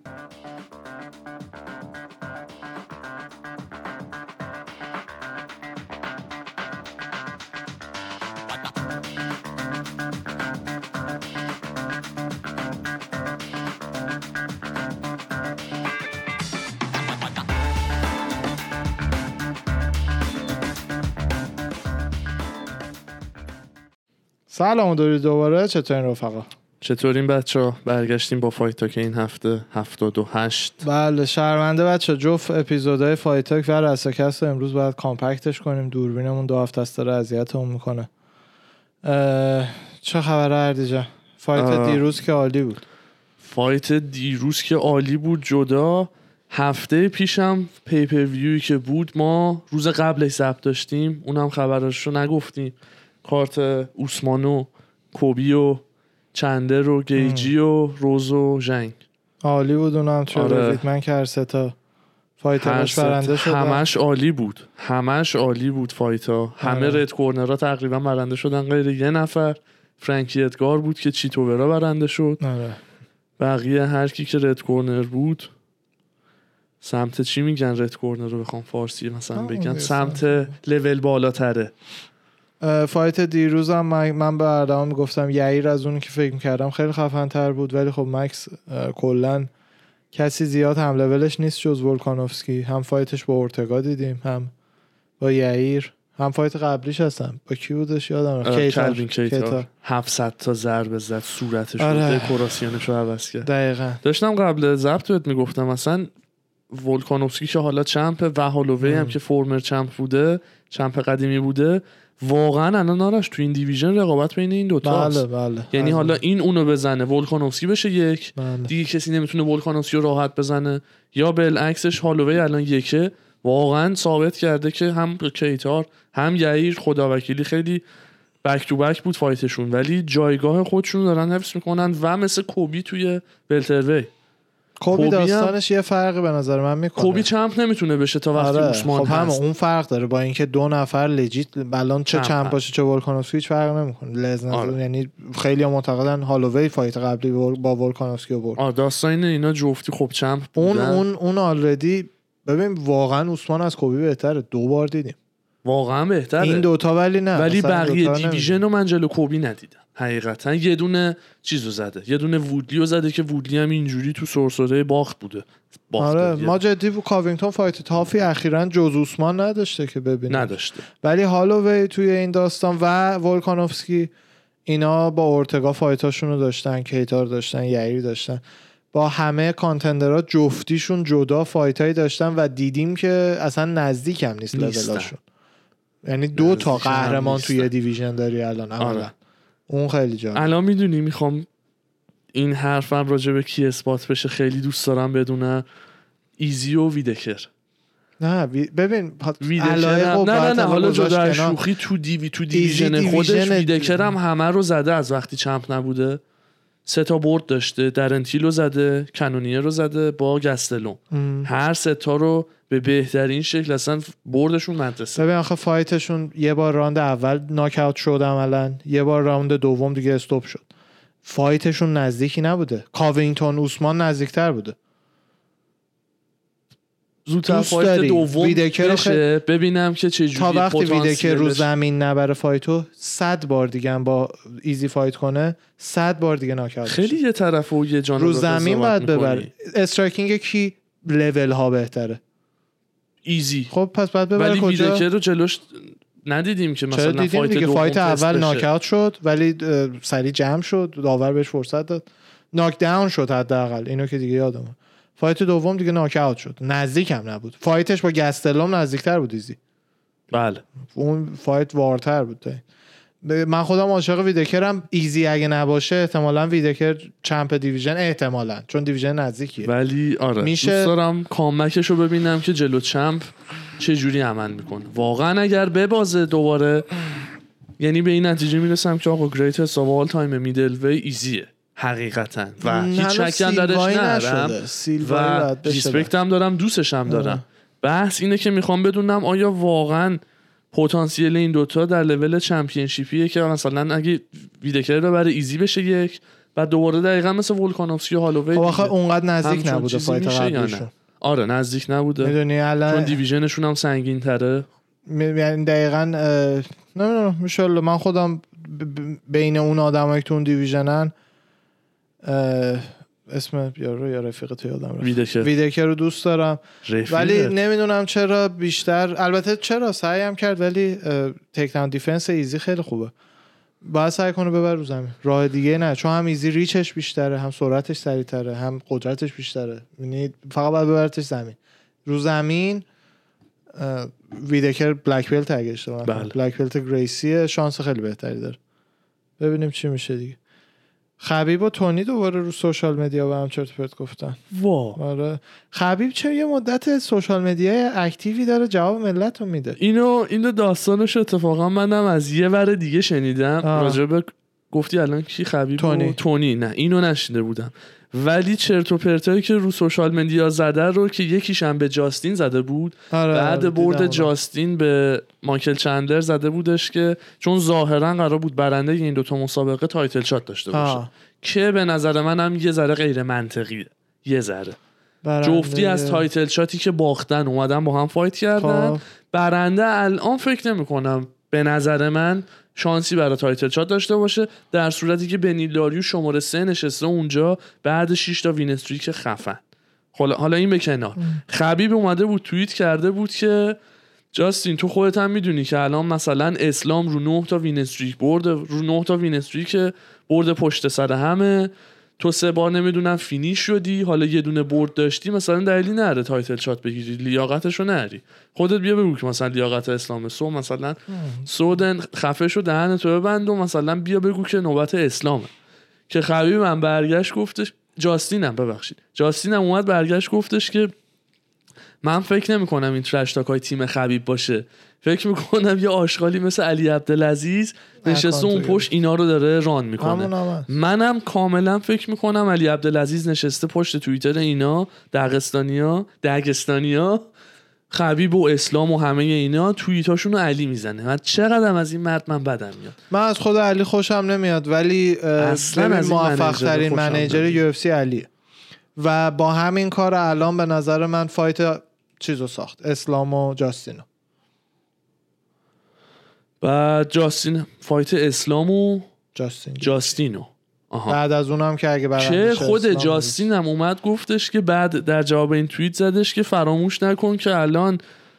سلام دارید دوباره. چطورین رفقا؟ چطورین بچه‌ها؟ برگشتیم با فایت تاک این هفته 78. بله شرمنده بچه‌ها. جفت اپیزودهای فایت تاک و رساکست امروز باید کامپکتش کنیم. دوربینمون 2 هفته است داره اذیتمون میکنه. چه خبره اردیجا؟ فایت دیروز که عالی بود. فایت دیروز که عالی بود. جدا هفته پیشم پیپر ویوی که بود ما روز قبلش ضبط داشتیم، اونم خبراشو نگفتیم. کارت اوسمانو، کوبی و چندر و گیجی و روز و ژنگ عالی بود. اونم آره. ویتمن که هر سه تا فایترش برنده شدن. همش عالی بود فایتا. همه رد کورنرها تقریبا برنده شدن غیر یه نفر. فرانکی ادگار بود که چیتوورا برنده شد. آره. بقیه هر کی که رد کورنر بود سمت چی میگن رد کورنر رو بخوام فارسی مثلا بگن سمت لول بالاتره. فایت دیروزم من به اردوان میگفتم یعیر از اونی که فکر میکردم خیلی خفن تر بود، ولی خب مکس کلن کسی زیاد هم لولش نیست جز ولکانوفسکی. هم فایتش با اورتگا دیدیم، هم با یعیر، هم فایت قبلیش هستم با کی بودش یادم کیتار 700 تا ضربه زد صورتش رو دکوراسیونش رو عوض کرد. دقیقاً داشتم قبل ضبط بهت میگفتم مثلا ولکانوفسکی که حالا چمپ و هالووی هم که فورمر چمپ بوده، چمپ قدیمی بوده، واقعا الان آرش تو این دیویژن رقابت بین این دوتا هست. بله. یعنی حالا این اونو بزنه ولکانوفسکی بشه یک، بله. دیگه کسی نمیتونه ولکانوفسکی رو راحت بزنه، یا بالعکسش هالووی الان یکه. واقعا ثابت کرده که هم کیتار هم یعیر خداوکیلی خیلی بک تو بک بود فایتشون، ولی جایگاه خودشون دارن حفظ میکنن و مثل کوبی توی ولتروی. کوبی داستانش یه فرقی به نظر من میکنه. کوبی چمپ نمیتونه بشه تا وقتی عثمان خب هست. اون فرق داره با اینکه دو نفر لجیت الان چه چمپ باشه چه ولکانوفسکی هیچ فرق نمیکنه. یعنی خیلی معتقدن هالووی فایت قبلی با ولکانوفسکی برد. داستان اینا جفتی خب چمپ بودن. اون آلردی ببین واقعا عثمان از کوبی بهتره. 2 بار دیدیم واقعا بهتره این دوتا، ولی نه ولی بقیه دیویژن رو من جلو کوبی ندیدم حقیقتا. یه دونه چیزو زده، یه دونه وودلیو زده که وودلی هم اینجوری تو سرسره باخت بوده. آره ما جدی کاوینگتون فایت تافی اخیراً جز عثمان نداشته که ببینیم. نداشته. ولی هالووی توی این داستان و ولکانوفسکی اینا با اورتگا فایتاشون رو داشتن، کیتار داشتن، یعیر داشتن، با همه کانتندرها جفتیشون جدا فایتایی داشتن و دیدیم که اصلا نزدیک هم نیست لولاشون. یعنی 2 تا قهرمان توی دیویژن داری الان. آره. اون خیلی جالب. الان میدونی میخوام این حرفم راجع به کی اثبات بشه، خیلی دوست دارم بدونم. ایزی و ویدکر. نه ببین نه حالا جدا از شوخی تو دیویژن خودش ویدکر هم همه رو زده از وقتی چمپ نبوده. 3 تا برد داشته، درنتیل رو زده، کنونیه رو زده با گستلون. هر 3 تا رو به بهترین شکل اصلا بردشون مدرسه. ببین آخه فایتشون یه بار راوند اول ناک اوت شد عملا، یه بار راوند دوم دیگه استاپ شد. فایتشون نزدیکی نبوده. کاوینگتون عثمان نزدیکتر بوده. زودتر فایت دوم بشه ببینم که چه جوری. تا وقتی ویدکر رو زمین نبره فایتو 100 بار دیگه با ایزی فایت کنه 100 بار دیگه ناک اوت. خیلی یه طرف و یه جانب رو زمین باید ببره. استرایکینگ کی لول ها بهتره؟ ایزی. خب پس بعد ببره ولی کجا؟ ویدکر رو جلوش ندیدیم که مثلا فایت اول ناکاوت شد ولی سریع جمع شد، داور بهش فرصت داد، ناک داون شد حداقل، اینو که دیگه یادمه. فایت دوم دیگه ناکاوت شد، نزدیک هم نبود. فایتش با گستلوم نزدیکتر بود ایزی. بله اون فایت وارتر بود. من خودم عاشق ویدکرم. ایزی اگه نباشه احتمالاً ویدکر چمپ دیویژن، احتمالاً، چون دیویژن نزدیکیه. ولی آره دوست دارم کامبکشو ببینم که جلو چمپ چه جوری عمل میکنه. واقعا اگر ببازه دوباره، یعنی به این نتیجه میرسم که آقا گریتست آف آل تایم میدل وی ایزیه حقیقتا و هیچ شکی هم درش ندارم و ریسپکت هم دارم، دوستش هم دارم. بحث اینه که میخوام بدونم آیا واقعا پتانسیل این دوتا در لول چمپیونشیپیه که مثلا اگه ویدکر ببره ایزی بشه یک، بعد دوباره دقیقاً مثل ولکانوفسکی و هالووی خب آخه اونقدر نزدیک نبوده فایت قبلشون. آره نزدیک نبوده، میدونی الان چون دیویژنشون هم سنگین تره. یعنی دقیقاً نمیدونم، ان من خودم بین اون آدمایی که تو اون دیویژنن اسم یا رفیق تو یادم رفت، ویدکر رو دوست دارم ولی نمیدونم چرا بیشتر، البته چرا سعیم کرد ولی تیک داون دیفنس ایزی خیلی خوبه، باید سعی کنه ببر رو زمین، راه دیگه نه، چون هم ایزی ریچش بیشتره، هم سرعتش سریعتره، هم قدرتش بیشتره، یعنی فقط باید ببرتش زمین. رو زمین ویدکر بلک بیلت اگه اشتباه نکنم، بلک بیلت گریسیه، شانس خیلی بهتری داره. ببینیم چی میشه دیگه. خبیب و تونی دوباره رو سوشال مدیا به هم چرت پرت گفتن. آره خبیب چه یه مدت سوشال مدیا اکتیوی داره، جواب ملت رو میده. اینو داستانش اتفاقا منم از یه ور دیگه شنیدم. راجب گفتی الان کی؟ خبیب و تونی؟ نه اینو نشنیده بودم، ولی چرت و پرتایی که رو سوشال مدیا زده رو که یکیش هم به جاستین زده بود، بعد برد جاستین به مایکل چندلر زده بودش که چون ظاهرا قرار بود برنده این دوتا مسابقه تایتل شات داشته باشه که به نظر من هم یه ذره غیر منطقیه. یه ذره جفتی از تایتل شاتی که باختن اومدن با هم فایت کردن، برنده الان فکر نمی کنم به نظر من شانسی برای تایتل شات داشته باشه، در صورتی که بنی لاریو شماره 3 نشسته اونجا بعد 6 تا وین استریک خفن. حالا این به کنار، خبیب اومده بود توییت کرده بود که جاستین تو خودت هم میدونی که الان مثلا اسلام رو 9 تا وین استریک برده، رو 9 تا وین استریک برده پشت سر همه، تو 3 بار نمیدونم فینیش شدی، حالا یه دونه برد داشتی، مثلا دلیلی نره تایتل شات بگیری، لیاقتشو نری. خودت بیا بگو که مثلا لیاقت اسلام سو مثلا سودن خفه شو دهن تو ببند و مثلا بیا بگو که نوبت اسلامه. که خبیب من برگشت گفتش، جاستینم اومد برگشت گفتش که من فکر نمی کنم این ترش تاکای تیم خبیب باشه، فکر میکنم یه آشغالی مثل علی عبدالعزیز نشسته اون پشت اینا رو داره ران میکنه. منم کاملا فکر میکنم علی عبدالعزیز نشسته پشت توییتر اینا دگستانیا خبیب و اسلام و همه اینا توییتاشون رو علی میزنه. من چقدرم از این مرد من بدم میاد. من از خود علی خوشم نمیاد ولی اصلا موفق ترین منیجر یو اف سی علیه و با همین کار الان به نظر من فایت چیزو ساخت، اسلام و جاستینو. بعد جاستین فایت اسلام و جاستینو بعد از اونم که اگه برنده چه خود جاستین هم اومد گفتش که بعد در جواب این توییت زدش که فراموش نکن که الان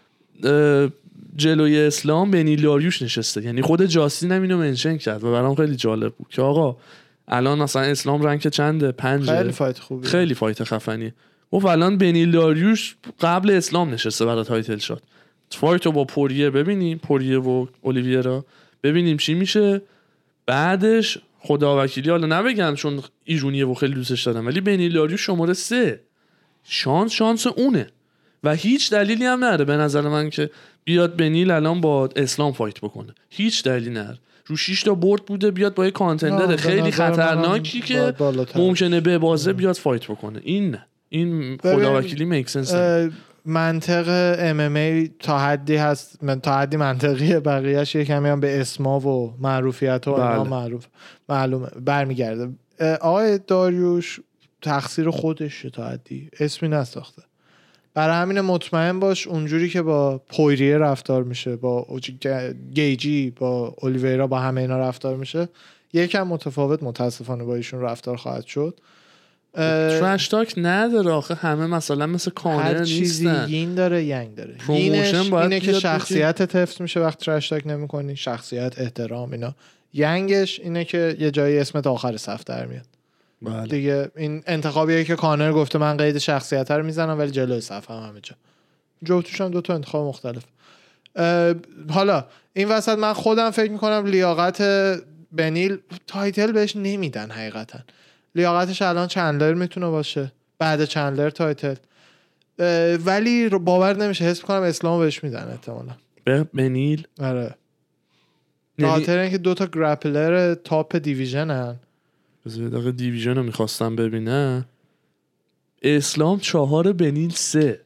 جلوی اسلام بنی لاریوش نشسته. یعنی خود جاستین هم اینو منشن کرد و برام خیلی جالب بود که آقا الان مثلا اسلام رنک چنده؟ 5. خیلی فایت خوبی، خیلی فایت خفنی. گفت الان بنی لاریوش قبل اسلام نشسته برای تایتل شات. فایتو با پوریه ببینیم، پوریه و اولیویرا ببینیم چی میشه. بعدش خدا وکیلی حالا نبگم چون ایرونیه و خیلی دوستش دارم، ولی بنی لاریوش شماره 3 شانس اونه و هیچ دلیلی هم نره به نظر من که بیاد بنیل الان با اسلام فایت بکنه. هیچ دلیلی نره. رو 6 تا برد بوده بیاد با یه کانتندر خیلی خطرناکی که ممکنه به بازه بیاد فایت بکنه. این خدا وکیلی میک سنس. منطق MMA تا حدی هست، تا حدی منطقیه، بقیه‌اش یه کمی هم به اسما و معروفیت و اینا معلومه برمیگرده. آقای داریوش تقصیر خودشه، تا حدی اسمی نساخته. برای همین مطمئن باش اونجوری که با پویریه رفتار میشه، با گیجی، با اولیویرا، با همه اینا رفتار میشه، یکم متفاوت متاسفانه با ایشون رفتار خواهد شد ترش تاک نداره آخه، همه مثلا مثل کانر نیستن. هر چیزی یین داره ینگ داره. یینش اینه که شخصیتت حفظ میشه وقت ترش تاک نمی‌کنی، شخصیت، احترام، اینا. ینگش اینه که یه جایی اسمت آخر صف در میاد. بله. دیگه این انتخابیه که کانر گفته من قید شخصیت رو میزنم ولی جلوی صف هم همه جا. جفتش هم 2 انتخاب مختلف. حالا این وسط من خودم فکر میکنم لیاقت بنیل تایتل بهش نمیدن حقیقتا. لیاقتش الان چندلر میتونه باشه، بعد چندلر تایتل، ولی باور نمیشه، حس میکنم اسلامو بهش میدن احتمالا به بنیل. آره خاطر اینکه 2 گرپلر تاپ دیویژنن. بذار دیویژن رو میخواستم ببینم. اسلام 4 بنیل 3.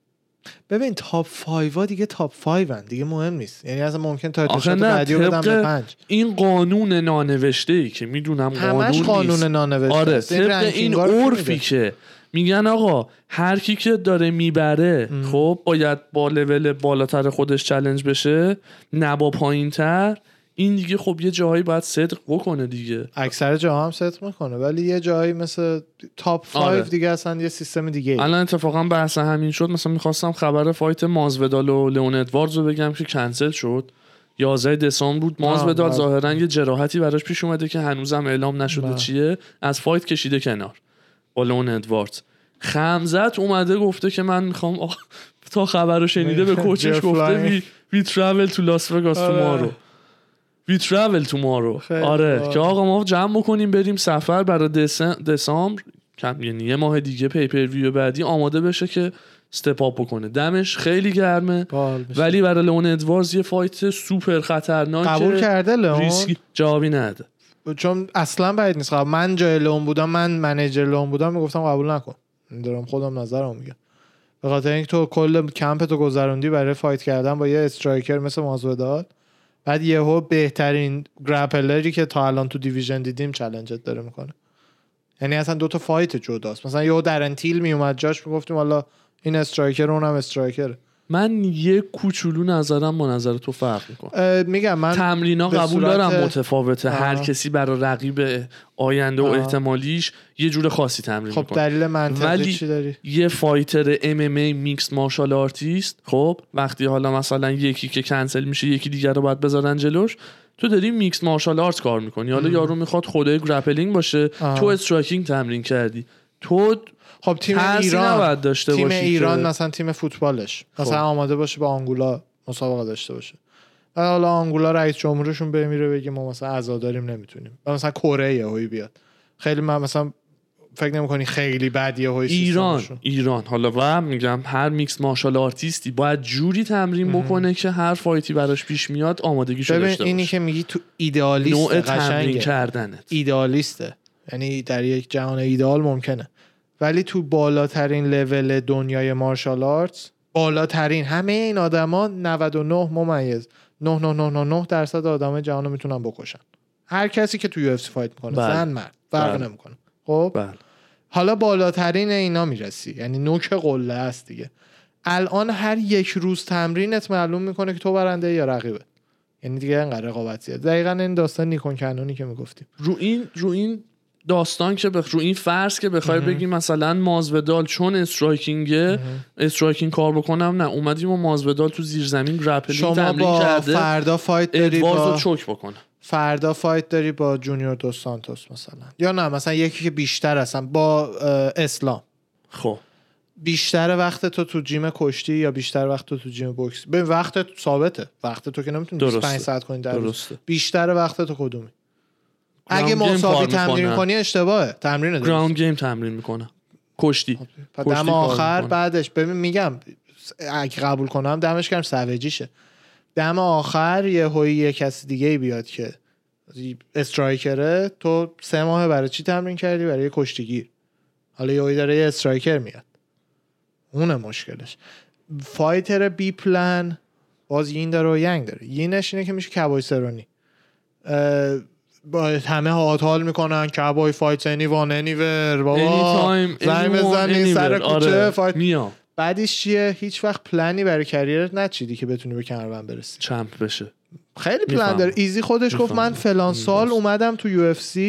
ببین تاپ 5 ها دیگه تاپ 5 هن دیگه، مهم نیست. یعنی اصلا ممکن تایتل شات بعدی رو بدم به 5. این قانون نانوشته ای که میدونم قانون نیست، قانون نانوشته. آره طبق این عرفی که میگن آقا هر کی که داره میبره خب باید با لول بالاتر خودش چالش بشه نه با پایینتر. این دیگه خب یه جایی باید صدق بکنه دیگه. اکثر جاها هم صدق میکنه ولی یه جایی مثل تاپ 5 دیگه اصلا یه سیستم دیگه. الان اتفاقا بحث همین شد. مثلا میخواستم خبر فایت مازودال و لئون ادواردز رو بگم که کنسل شد. 11 دسامبر بود. مازودال ظاهرا یه جراحتی براش پیش اومده که هنوزم اعلام نشده چیه، از فایت کشیده کنار با لئون ادواردز. خمزت اومده گفته که من میخوام تا خبر رو شنیده به کوچش گفته وی ترافل تو لاس وگاس تومارو. We travel tomorrow. آره که آقا ما جمع بکنیم بریم سفر برای دسامبر، یعنی یه ماه دیگه پیپر ویو بعدی آماده بشه که استپ اپ بکنه. دمش خیلی گرمه ولی برای لئون ادواردز یه فایت سوپر خطرناکه. قبول کرده لئون؟ ریسکی جوابی نده چون اصلا بعید نیست. من جای لئون بودم، من منیجر لئون بودم، میگفتم قبول نکن. دارم خودم نظرم میگم. به خاطر اینکه تو کل کمپتو گذروندی برای فایت کردن با یه استرایکر مثل مازودال، بعد یهو بهترین گرپلری که تا الان تو دیویژن دیدیم چالنجت داره میکنه. یعنی اصلا 2 فایت جداست. مثلا یهو درنتیل میومد جاش میگفتیم والا این استرایکر اونم استرایکره. من یه کوچولو نظرم با نظر تو فرق میکنه. میگم من تمرینا قبول دارم متفاوته. هر کسی برای رقیب آینده و احتمالیش یه جور خاصی تمرین میکنه. خب دلیل منطقی چی داری؟ یه فایتر MMA میکس مارشال آرتیست خب وقتی حالا مثلا یکی که کنسل میشه یکی دیگر رو باید بذارن جلوش، تو داری میکس مارشال آرت کار میکنی. حالا یارو میخواد خدای گرپلینگ باشه، تو استرایکینگ تمرین کردی. تو خب تیم ایران داشته تیم ایران مثلا تیم فوتبالش مثلا آماده باشه با آنگولا مسابقه داشته باشه، حالا آنگولا رئیس جمهورشون بمیره بگه ما مثلا عزاداریم نمیتونیم، مثلا کره یهویی بیاد. خیلی من مثلا فکر نمی‌کنی خیلی بدیه های ایران حالا و میگم هر میکس مارشال آرتیستی باید جوری تمرین بکنه که هر فایتی براش پیش میاد آمادگیشو داشته باشه. اینی که میگی تو ایدئالیست نوع تمرین کردنت ایدئالیسته، یعنی در یک جهان ایدئال ممکنه، ولی تو بالاترین لول دنیای مارشال آرتس، بالاترین همه این آدما 99.99999% آدمای جهان رو میتونن بکشن. هر کسی که تو UFC فایت میکنه زن مرد فرق نمیکنه. خب حالا بالاترین اینا میرسی، یعنی نوک قله است دیگه. الان هر یک روز تمرینت معلوم میکنه که تو برنده یا رقیبه، یعنی دیگه اینقدر رقابت زیاد. دقیقاً این داستان نیکون کنونی که میگفتیم رو این داستان که رو این فرض که بخوای بگی مثلا مازودال چون استرایکینگ کار بکنم، نه اومدیم و مازودال تو زیر زمین گرپلینگ تمرین کرده، فردا فایت داری با چوک بکنه، فردا فایت داری با جونیور دوس سانتوس مثلا، یا نه مثلا یکی که بیشتر هستن با اسلام. خب بیشتر وقت تو جیم کشتی یا بیشتر وقت تو جیم بوکس؟ به وقت ثابته، وقت تو که نمیتونی 25 ساعت کنی در روز. بیشتر وقت تو کدومی؟ اگه مساوی تمرین کنی اشتباهه. تمرین درست گراوند گیم تمرین میکنه، کشتی دم آخر بعدش ببین میگم اگه قبول کنم دمش گرم سوجیشه، دم آخر یه کسی دیگه بیاد که استرایکره، تو 3 ماه برای چی تمرین کردی؟ برای کشتیگیر. حالا یهو داره یه استرایکر میاد، اونه مشکلش. فایتر بی پلان باز یین داره و ینگ داره. یینش اینه که میشه کبای سرونی، با همه هاتال میکنن کبای فایت انیوان انیور، بابا زنگ بزنی سر کوچه فایت میام. بعدش چیه؟ هیچ وقت پلانی برای کریرت نچیدی که بتونی به کمربند برسی، چمپ بشه. خیلی پلان داره. ایزی خودش گفت من فلان سال اومدم تو UFC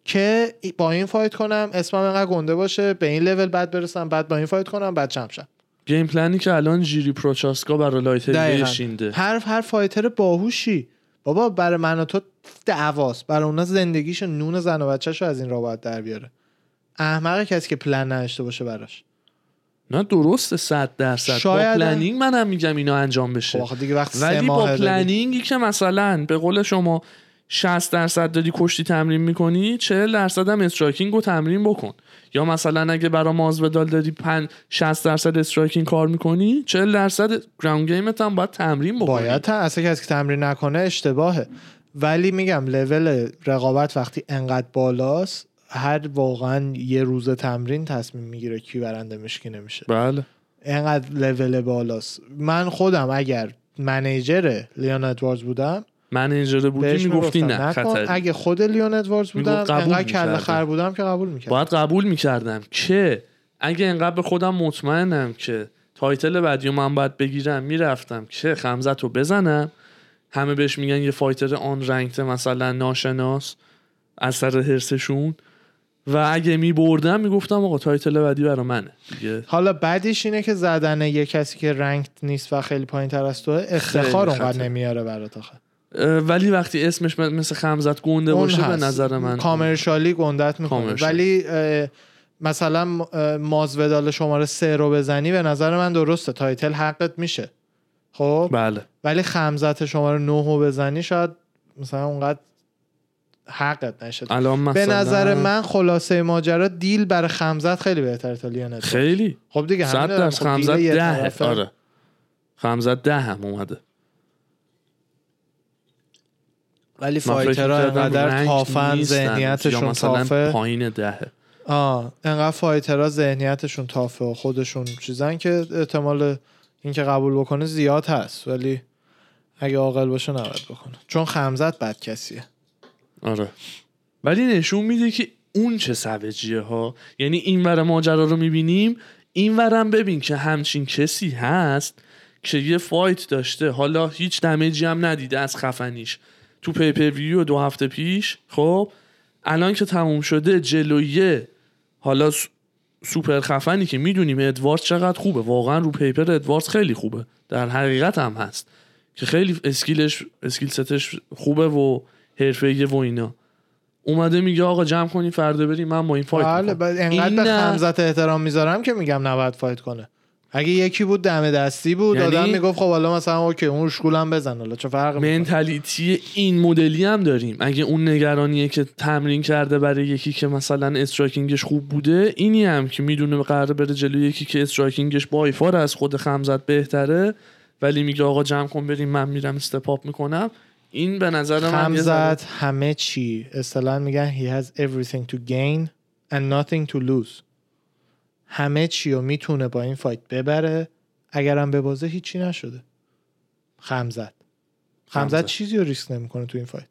که با این فایت کنم اسمم اینقدر گنده باشه به این لول بعد برسم بعد با این فایت کنم بعد چمشم. گیم پلنی که الان جیری پروچاسکا برای لایت هیوی شینده. هر فایتر باهوشی بابا برای من و تو دعواست، برای اونا زندگیشو نون زن و بچه‌شو از این راه باید در بیاره. احمقه کسی که پلن نداشته باشه براش. نه درسته 100% با پلنینگ منم میگم اینا انجام بشه. ولی با پلنینگی که مثلا به قول شما 60% داری کشتی تمرین میکنی 40% هم استرایکینگ رو تمرین بکن. یا مثلا اگه برای مازودال داری 60% استرایکینگ کار میکنی 40% گراوند گیمت هم باید تمرین بکنی. باید اصلا کسی که تمرین نکنه اشتباهه. ولی میگم لول رقابت وقتی انقدر بالاست هر واقعا یه روز تمرین تصمیم میگیره کی برنده میشه کی نمیشه. بله انقدر لول بالاست. من خودم اگر منیجر لیون ادواردز بودم منیجر بودی میگفتی نه خطر. اگه خود لیون ادواردز بودم انقدر کله خر بودم که قبول میکردم. باید قبول میکردم که اگه انقدر به خودم مطمئنم که تایتل بعدی من باید بگیرم میرفتم که خمزت رو بزنم. همه بهش میگن یه فایتر آن رنگت مثلا ناشناس از سر هرسشون و اگه میبردم میگفتم آقا تایتل بعدی برای منه دیگه. حالا بعدیش اینه که زدن یه کسی که رنگت نیست و خیلی پایین تر از توه افتخار اونقدر نمیاره برات آخه. ولی وقتی اسمش مثل خمزت گنده باشه به نظر من کامرشالی گندت میکنه. ولی مثلا مازودال شماره 3 رو بزنی به نظر من درسته تایتل حقت میشه خب بله. ولی خمزت شماره 9 رو بزنی شاید مثلا اونقدر حقت نشه. به نظر من خلاصه ماجرا دیل برای خمزت خیلی بهتره تا لیون ادواردز. خیلی خب دیگه همین خمزت 10 آره خمزت 10 هم اومده. ولی فایترها انقدر تافن ذهنیتشون تافه پایین 10 انقدر فایترها ذهنیتشون تافه و خودشون چیزن که احتمال اینکه قبول بکنه زیاد هست ولی اگه عاقل باشه نباید بکنه چون خمزت بد کسیه. آره ولی نشون میده که اون چه سوجیه ها. یعنی این ور ماجرا رو میبینیم این ورم ببین که همچین کسی هست که یه فایت داشته حالا هیچ دمیجی هم ندیده از خفنیش تو پیپر ویو 2 هفته پیش خب الان که تموم شده جلویه حالا سوپر خفنی که میدونیم ادواردز چقدر خوبه واقعا رو پیپر ادواردز خیلی خوبه در حقیقت هم هست که خیلی اسکیل ستش خوبه و حرفه‌ایه و اینا اومده میگه آقا جمع کنی فردا بریم من با این فایت میکنم. انقدر به خمزت احترام میذارم که میگم نباید فایت کنه. اگه یکی بود دم دستی بود یعنی آدم میگفت خب حالا مثلا اوکی اون شکولم بزن حالا چه فرقی میکنه. منتالیتی این مدلی هم داریم. اگه اون نگرانیه که تمرین کرده برای یکی که مثلا استرایکینگش خوب بوده اینی هم که میدونه قراره بره جلوی یکی که استرایکینگش بایفار از خود خمزت بهتره ولی میگه آقا جمع کن بریم من میرم استپاپ میکنم. این به نظر من خمزت همه چی اصطلاحاً میگن he has everything to gain and nothing to lose. همه چی رو میتونه با این فایت ببره اگرم ببازه هیچی نشده. خمزت چیزی رو ریسک نمیکنه تو این فایت.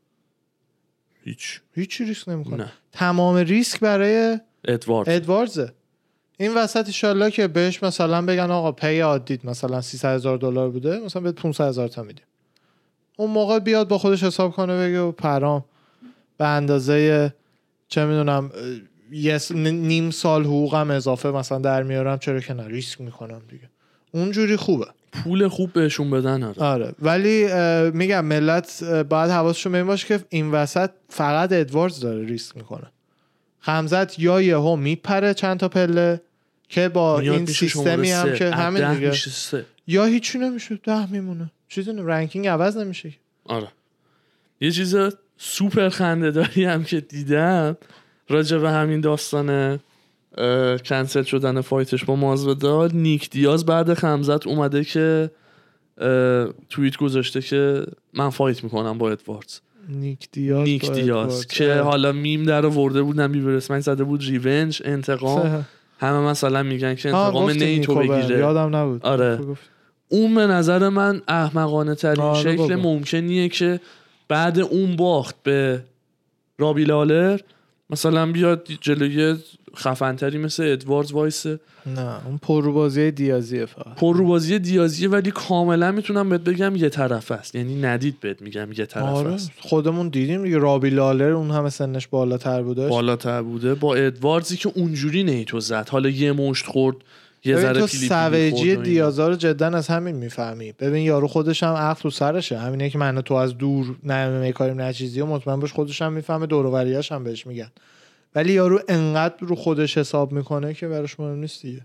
هیچی ریسک نمیکنه. تمام ریسک برای ادواردزه. این وسط انشالله که بهش مثلا بگن آقا پی عادیت مثلا $300,000 بوده مثلا بهت 500,000 تا میدیم. اون موقع بیاد با خودش حساب کنه بگه پرام به اندازه چه میدونم نیم سال حقوقم اضافه مثلا در میارم چرا که نه ریسک میکنم دیگه. اونجوری خوبه پول خوب بهشون بدن. آره ولی میگم ملت باید حواسشون به این باشه که این وسط فقط ادواردز داره ریسک میکنه. خمزت یا یهو میپره چند تا پله که با این سیستمی هم که همین دیگه یا هیچی نمیشه 10 میمونه چیزی رنکینگ عوض نمیشه. آره یه چیز سوپر خنده‌داری هم که دیدم راجع به همین داستان کنسل شدن فایتش با مازودال نیک دیاز بعد خمزت اومده که توییت گذاشته که من فایت میکنم با ادواردز. نیک دیاز که حالا میم در آورده بود نمی برسمن زده بود ریونج انتقام همه مثلا میگن که انتقام نیتو بگیره یادم نبود. آره اون به نظر من احمقانه ترین شکل ممکنیه که بعد اون باخت به رابی لالر مثلا بیاد جلوی خفنتری مثل ادواردز وایسه. نه اون پرروبازی دیازیه، فقط پرروبازی دیازیه، ولی کاملا میتونم بهت بگم یه طرفه است، یعنی ندید بهت میگم یه طرفه است. خودمون دیدیم دیگه، رابی لالر اون همه سنش بالاتر بوده با ادواردزی که اونجوری نیتو زد، حالا یه مشت خورد یه ذره پیلی سویجی دیازا رو جدا از همین میفهمی. ببین یارو خودش هم عقل تو سرشه، همینه که من تو از دور نه میکاریم نه چیزی و مطمئن باش خودش هم میفهمه، دور و بریاش هم بهش میگن، ولی یارو انقدر رو خودش حساب میکنه که براش مهم نیست دیگه.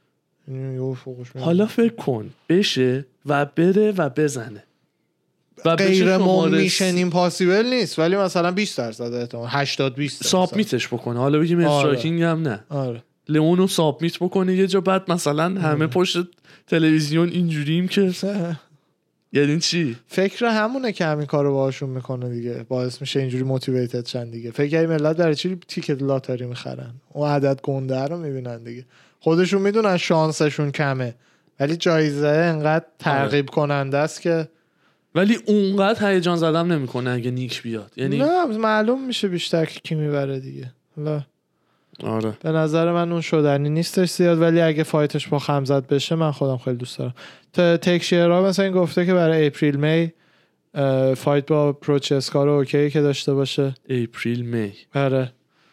حالا فکر کن بشه و بره و بزنه و غیر میشن ایمپاسیبل نیست، ولی مثلا 20% احتمال 80-20% سابمیتش بکنه. حالا بگیم استرایکینگ هم نه، لئونو سابمیت بکنه یه جا، بعد مثلا همه پشت تلویزیون اینجوریم که یعنی چی؟ فکر همونه که همین کارو باهاشون میکنه دیگه، باعث میشه اینجوری موتیویتد شن دیگه. فکر ملت برای چی تیکت لاتاری میخرن؟ اون عدد گنده رو میبینن دیگه، خودشون میدونن شانسشون کمه، ولی جایزه انقدر ترغیب کننده است که ولی اونقدر هیجان زدم نمیکنه اگه نیک بیاد. یعنی نه معلوم میشه بیشتر کی میبره دیگه. لا آره به نظر من اون شدنی نیستش زیاد، ولی اگه فایتش با خمزت بشه من خودم خیلی دوست دارم. تکشیرها مثلا این گفته که برای اپریل می فایت با پروچسکا رو اوکی که داشته باشه. اپریل می آره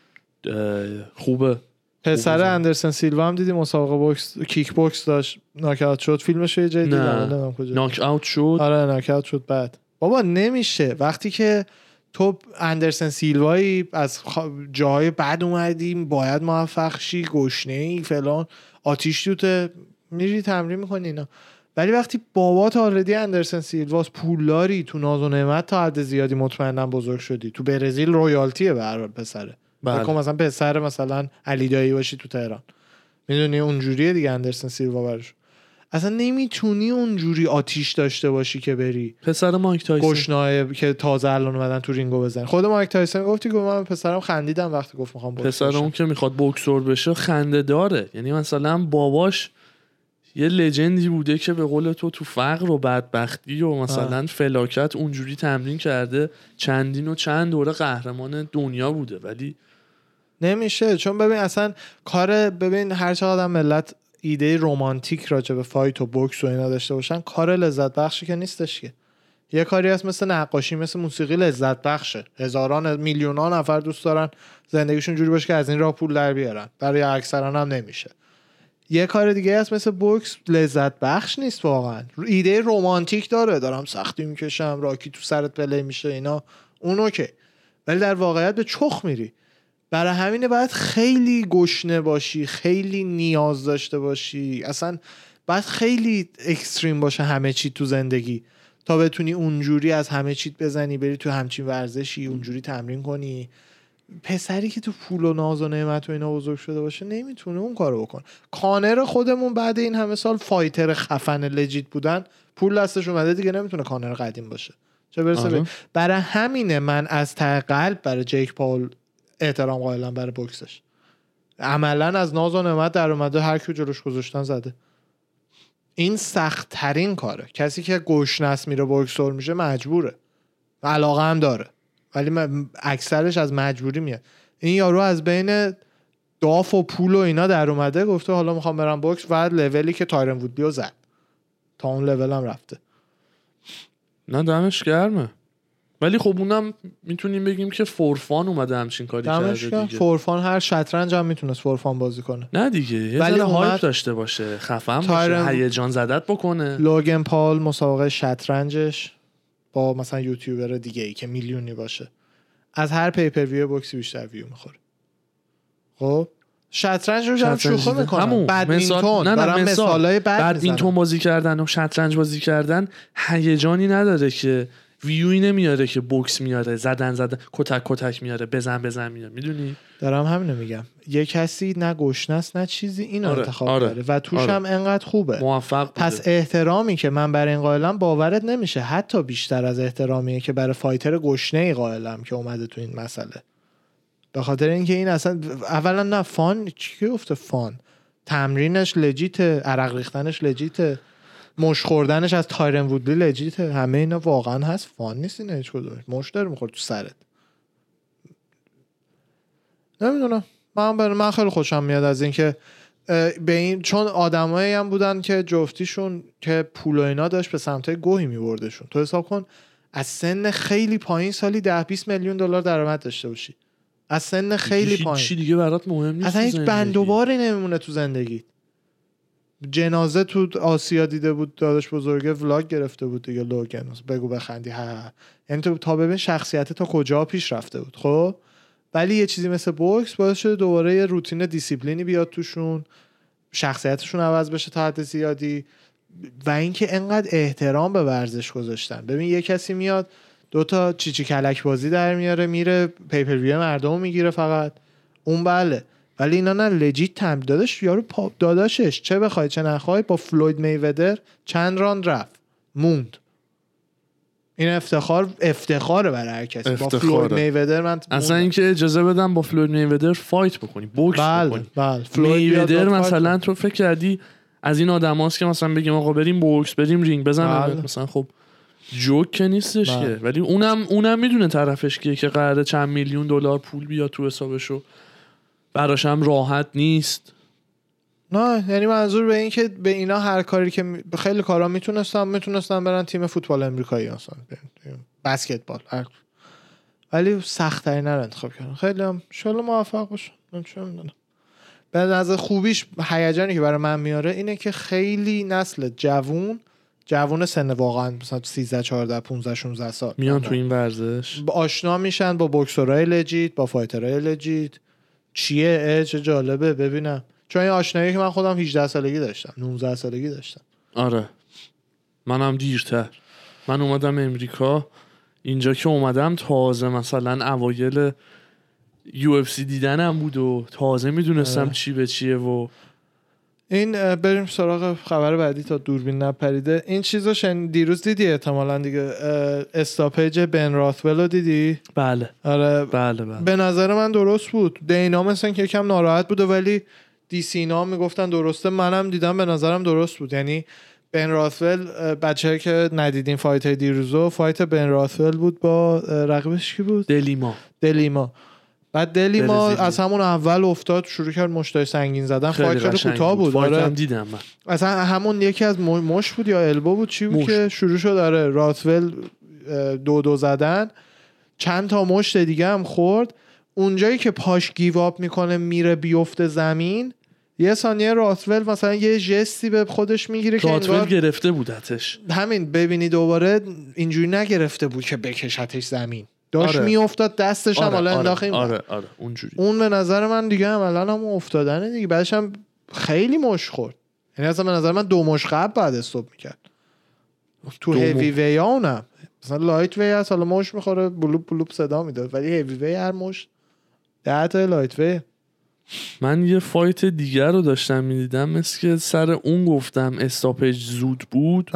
خوبه. پسر اندرسن سیلوا هم دیدی مسابقه بوکس کیک بوکس داشت، ناک اوت شد. فیلمش یه جای دیدم ناک اوت شد. آره ناک اوت شد. بعد بابا نمیشه وقتی که تو اندرسن سیلوایی از جاهای بد اومدیم باید موفق شی، گشنه‌ای فلان، آتیش دوته میری تمرین میکنی اینا، ولی وقتی بابات آلردی اندرسن سیلواس، پولداری، تو ناز و نعمت تا حد زیادی مطمئنم بزرگ شدی، تو برزیل رویالتیه به هر حال پسره. بله. مثلا پسر مثلا علی دایی باشی تو تهران، میدونی اونجوریه دیگه اندرسن سیلوا براش. اصلا نمیتونی اونجوری آتیش داشته باشی که بری پسر مایک تایسون گشنای که تازه الان اومدن تو رینگو بزنن. خود مایک تایسون گفتی که من پسرم خندیدم وقتی گفت میخوام بوکس پسر اون که میخواد بوکسور بشه خنده داره. یعنی مثلا باباش یه لجندی بوده که به قول تو فقر و بدبختی و مثلا فلاکت اونجوری تمرین کرده، چندین و چند دوره قهرمان دنیا بوده، ولی نمیشه. چون ببین اصلا ببین هر چقدر ملت ایده رمانتیک راجع به فایت و بوکس و اینا داشته باشن، کار لذت بخشی که نیستش که. یه کاری هست مثل نقاشی، مثل موسیقی، لذت بخشه. هزاران میلیون‌ها نفر دوست دارن زندگیشون جوری باشه که از این راه پول در بیارن، برای اکثرا هم نمیشه. یه کار دیگه هست مثل بوکس، لذت بخش نیست واقعا. ایده رمانتیک دارم سختی میکشم، راکی تو سرت پلی میشه اینا، اون اوکی، ولی در واقعیت به چخ میری. برای همینه باید خیلی گشنه باشی، خیلی نیاز داشته باشی، اصلا باید خیلی اکستریم باشه همه چی تو زندگی تا بتونی اونجوری از همه چیت بزنی، بری تو همچین ورزشی اونجوری تمرین کنی. پسری که تو پول و ناز و نعمت و اینا بزرگ شده باشه نمیتونه اون کارو بکنه. کانر خودمون بعد این همه سال فایتر خفن لجیت بودن، پول دستش اومده دیگه، نمیتونه کانر قدیم باشه. چه برسه برای همینه من از ته قلب برای جیک پاول احترام قائلم برای بوکسش. عملا از ناز و نعمت در اومده، هر کی جلوش گذاشتن زده. این سخت ترین کاره. کسی که گشنس میره بوکسور میشه مجبوره، علاقه هم داره، ولی اکثرش از مجبوری میاد. این یارو از بین داف و پول و اینا در اومده، گفته حالا میخوام برم بوکس، و لولی که تایرن وودلیو زد تا اون لول هم رفته. نه دمش گرمه، ولی خب اونم میتونیم بگیم که فورفان اومده همچین کاری کرده دیگه. فورفان هر شطرنج هم میتونست فورفان بازی کنه. نه دیگه، ولی هایپ داشته باشه، خفن باشه، هیجان زدت بکنه. لوگن پال مسابقه شطرنجش با مثلا یوتیوبر دیگه ای که میلیونی باشه، از هر پیپر ویو بوکسی بیشتر ویو میخوره. خب شطرنج رو جام شوخی میکنن. بدمینتون دارم مثالای بدمینتون بازی کردن و شطرنج بازی کردن هیجانی نداره که ویوی نمیاره که بوکس میاره، زدن کتک میاره، بزن میاره. میدونی دارم همینو میگم. یه کسی نه گشنه است نه چیزی، اینو انتخاب کرده و توش هم انقدر خوبه، موفق بوده. پس احترامی که من برای این قائلم باورت نمیشه، حتی بیشتر از احترامیه که برای فایتر گشنه‌ای قائلم که اومده تو این مسئله. به خاطر اینکه این اصلا اولا نه فان، چی گفته فان، تمرینش لجیته، عرق ریختنش لجیته، مش خوردنش از تایرن وودلی لجیته، همه اینا واقعا هست، فان نیست. اینا هیچ کدومش مش داره میخورد تو سرت. نمیدونم، من خیلی خوشم میاد از اینکه به این، چون آدمایی هم بودن که جفتیشون که پول و اینا داشت به سمتای گوهی میبردشون. تو حساب کن از سن خیلی پایین سالی 10-20 میلیون دلار درآمد داشته باشی، از سن خیلی پایین. چی دیگه برات مهم نیست، اصلا هیچ بند و باری نمیمونه تو زندگی. جنازه تو آسیا دیده بود داداش بزرگه، ولاگ گرفته بود دیگه، لوگن بگو بخندی یعنی تو تا ببین شخصیت تا کجا پیش رفته بود. خب ولی یه چیزی مثل بوکس باعث شده دوباره یه روتین دیسیپلینی بیاد توشون، شخصیتشون عوض بشه تا حد زیادی، و اینکه انقدر احترام به ورزش گذاشتن. ببین یه کسی میاد 2 چیچی کلک بازی در میاره، میره پیپر ویو مردمو میگیره فقط اون، بله، ولی اینا نه، لجیت تم داداش، یارو داداشش چه بخوای چه نخوای با فلوید میودر چند راند رفت موند. این افتخاره برای هر کسی. با فلوید میودر من اصلا اینکه اجازه بدم با فلوید میودر فایت بکنی، بوکس بکنی. میودر مثلا تو فکر کردی از این آدماست که مثلا بگیم آقا بریم بوکس، بریم رینگ بزنیم مثلا، خب جوک که نیستش که، ولی اونم میدونه طرفش که قراره چند میلیون دلار پول بیاد تو حسابشو، براش هم راحت نیست. نه یعنی منظور به این که به اینا هر کاری که خیلی کارا میتونستن برن تیم فوتبال امریکایی مثلا بسکتبال ولی سخت ترین رو انتخاب کردن. خیلی هم ان شاء الله موفق باشن. نمیدونم، به نظر خوبیش هیجانی که برای من میاره اینه که خیلی نسل جوون سن واقعا مثلا 13 14 15 16 سال میان تو این ورزش آشنا میشن با بوکسورای لجیت، با فایترای لجیت. چه جالبه ببینم، چون این آشنایی که من خودم 18 سالگی داشتم، 19 سالگی داشتم. آره منم دیرتر. من اومدم امریکا، اینجا که اومدم تازه مثلا اوایل UFC دیدنم بود و تازه میدونستم چی به چیه. و این بریم سراغ خبر بعدی تا دوربین نپریده. این چیزو دیروز دیدی احتمالاً دیگه، استاپیج بن راثول رو دیدی؟ بله. آره بله. به نظر من درست بود. دینا مثلا که یکم ناراحت بوده ولی دی سینا میگفتن درسته، منم دیدم به نظرم درست بود. یعنی بن راثول، بچه‌ای که ندیدین فایت دیروزو، فایت بن راثول بود با رقیبش کی بود؟ دلیما. بعد دلیما از همون اول افتاد، شروع کرد مشتای سنگین زدن. فایت خیلی کوتاه بود. آره دیدم من. اصلا همون یکی از مش بود یا البو بود چی بود که شروع شد. داره راثول 2 زدن، چند تا مشت دیگه هم خورد. اونجایی که پاش گیو آپ میکنه میره بیفته زمین، یه ثانیه راثول مثلا یه جستی به خودش میگیره که راثول گرفته بودتش. همین ببینی دوباره اینجوری نگرفته بود که بکشتش زمین، داشت میافتاد دستش هم حالا انداخت. آره اونجوری. اون به نظر من دیگه عملاً هم افتادنه دیگه. بعدش هم خیلی مش خورد، یعنی اصلا به نظر من 2 مش قبل بعد استاپ میکرد. تو هیوی وی اونم مثلا لایت وی هست، حالا مش میخوره بلوپ صدا میداد، ولی هیوی وی هر مش 10 تا لایت وی. من یه فایت دیگر رو داشتم میدیدم، مثل که سر اون گفتم استاپیج زود بود.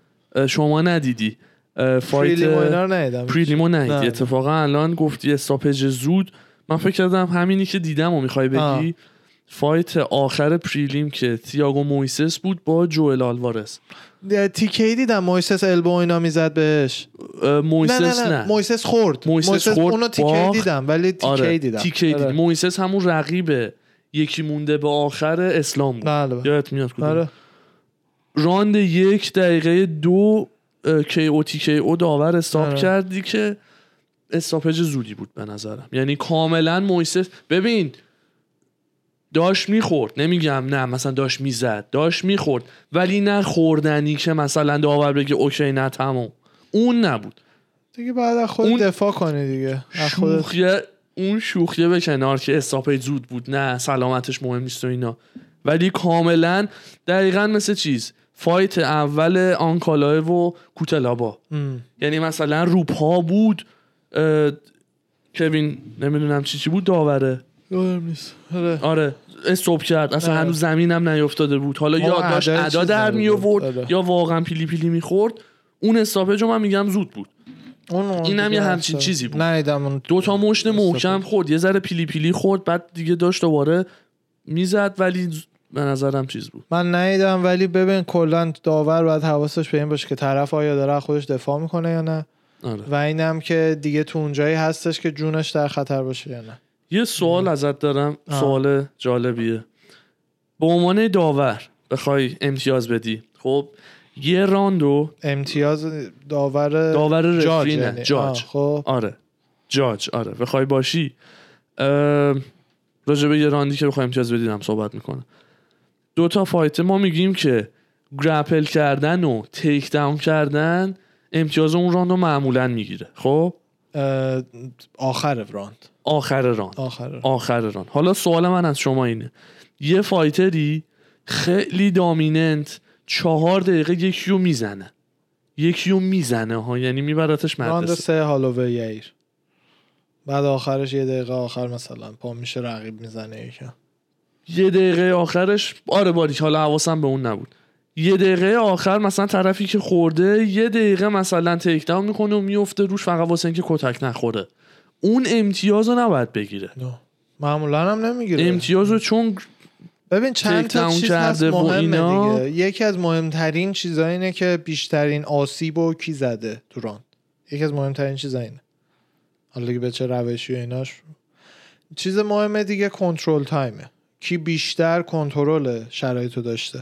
شما ندیدی فایت پریلیمو ندیدی؟ اتفاقا الان گفتی استاپیج زود، من فکر کردم همینی که دیدم و میخوای بگی. فایت آخر پریلیم که تییاگو مویسس بود با جوئل آلوارز. تیکی دیدم، مویسس البو اینا میزد بهش. مویسس نه مویسس خورد. اونو تیکی دیدم ولی تیکی دیدم. مویسس همون رقیبه، یکی مونده به آخر اسلام بود. یادت میاد کدوم؟ راند 1 دقیقه 2 KO داور استاپ کردی که استاپج زودی بود به نظرم. یعنی کاملا مویسس ببین داشت میخورد، نمیگم نه مثلا داشت میزد، داشت میخورد، ولی نه خوردنی که مثلا داور بگه اوکی نه تمام، اون نبود دیگه. بعد از خود دفاع کنه دیگه. اون شوخیه به کنار که استاپج زود بود، نه سلامتش مهم نیست و اینا، ولی کاملا دقیقاً مثل چیز فایت اول آنکالای و کوتلابا. یعنی مثلا روپا بود کوین نمیدونم چی بود داوره آره استوب کرد اصلا هنوز زمینم نیافتاده بود، حالا یا داشت ادا در می آورد یا واقعا پیلی پیلی میخورد. اون استاپج من میگم زود بود. اینم یه همچین چیزی بود. 2 تا مشت محکم خورد، یه ذره پیلی پیلی خورد، بعد دیگه داشت دوباره میزد، ولی به نظرم چیز بود. من ندیدم ولی ببین کلا داور باید حواسش به این باشه که طرف آیا داره خودش دفاع میکنه یا نه. و اینم که دیگه تو اونجایی هستش که جونش در خطر باشه یا نه. یه سوال ازت دارم. سوال جالبیه. به عنوان داور بخوای امتیاز بدی، خب یه راندو امتیاز داور رفری نه جاج، خب آره جاج، آره بخوای باشی راجع به یه راندی که بخوای امتیاز بدیدم صحبت میکنه. 2 فایت ما میگیم که گرپل کردن و تیک داون کردن امتیاز اون راندو معمولا میگیره. خب آخر راند. حالا سوال من از شما اینه، یه فایتری خیلی دامیننت 4 دقیقه یکیو میزنه ها، یعنی میبراتش مدرسه. راند 3 هالووی یایر، بعد آخرش 1 دقیقه آخر مثلا پا میشه رقیب میزنه یکم. 1 دقیقه آخرش آره باریک، حالا حواسم به اون نبود. 1 دقیقه آخر مثلا طرفی که خورده 1 دقیقه مثلا تیک داون میکنه و میفته روش فقط واسه اینکه کتک نخوره. اون امتیازو نباید بگیره. معمولا هم نمیگیره امتیازو، چون ببین چند تا چیز هست مهمه دیگه. یکی از مهمترین چیزا اینه که بیشترین آسیبو کی زده تو راند. یکی از مهمترین چیزا اینه. حالا که به چه روشی و ایناش چیز مهمه دیگه. کنترل تایمه، کی بیشتر کنترل شرایطو داشته.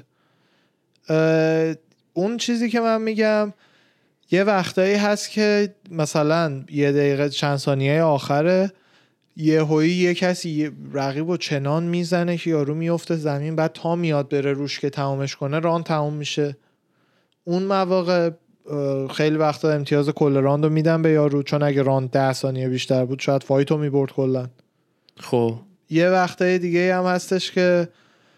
اون چیزی که من میگم یه وقتایی هست که مثلا 1 دقیقه چند ثانیه آخره یهویی یه کسی رقیبو چنان میزنه که یارو میفته زمین، بعد تا میاد بره روش که تمامش کنه راند تمام میشه. اون مواقع خیلی وقتا امتیاز کل راندو میدن به یارو، چون اگه راند 10 ثانیه بیشتر بود شاید فایتو میبرد کلا. خب یه وقتای دیگه هم هستش که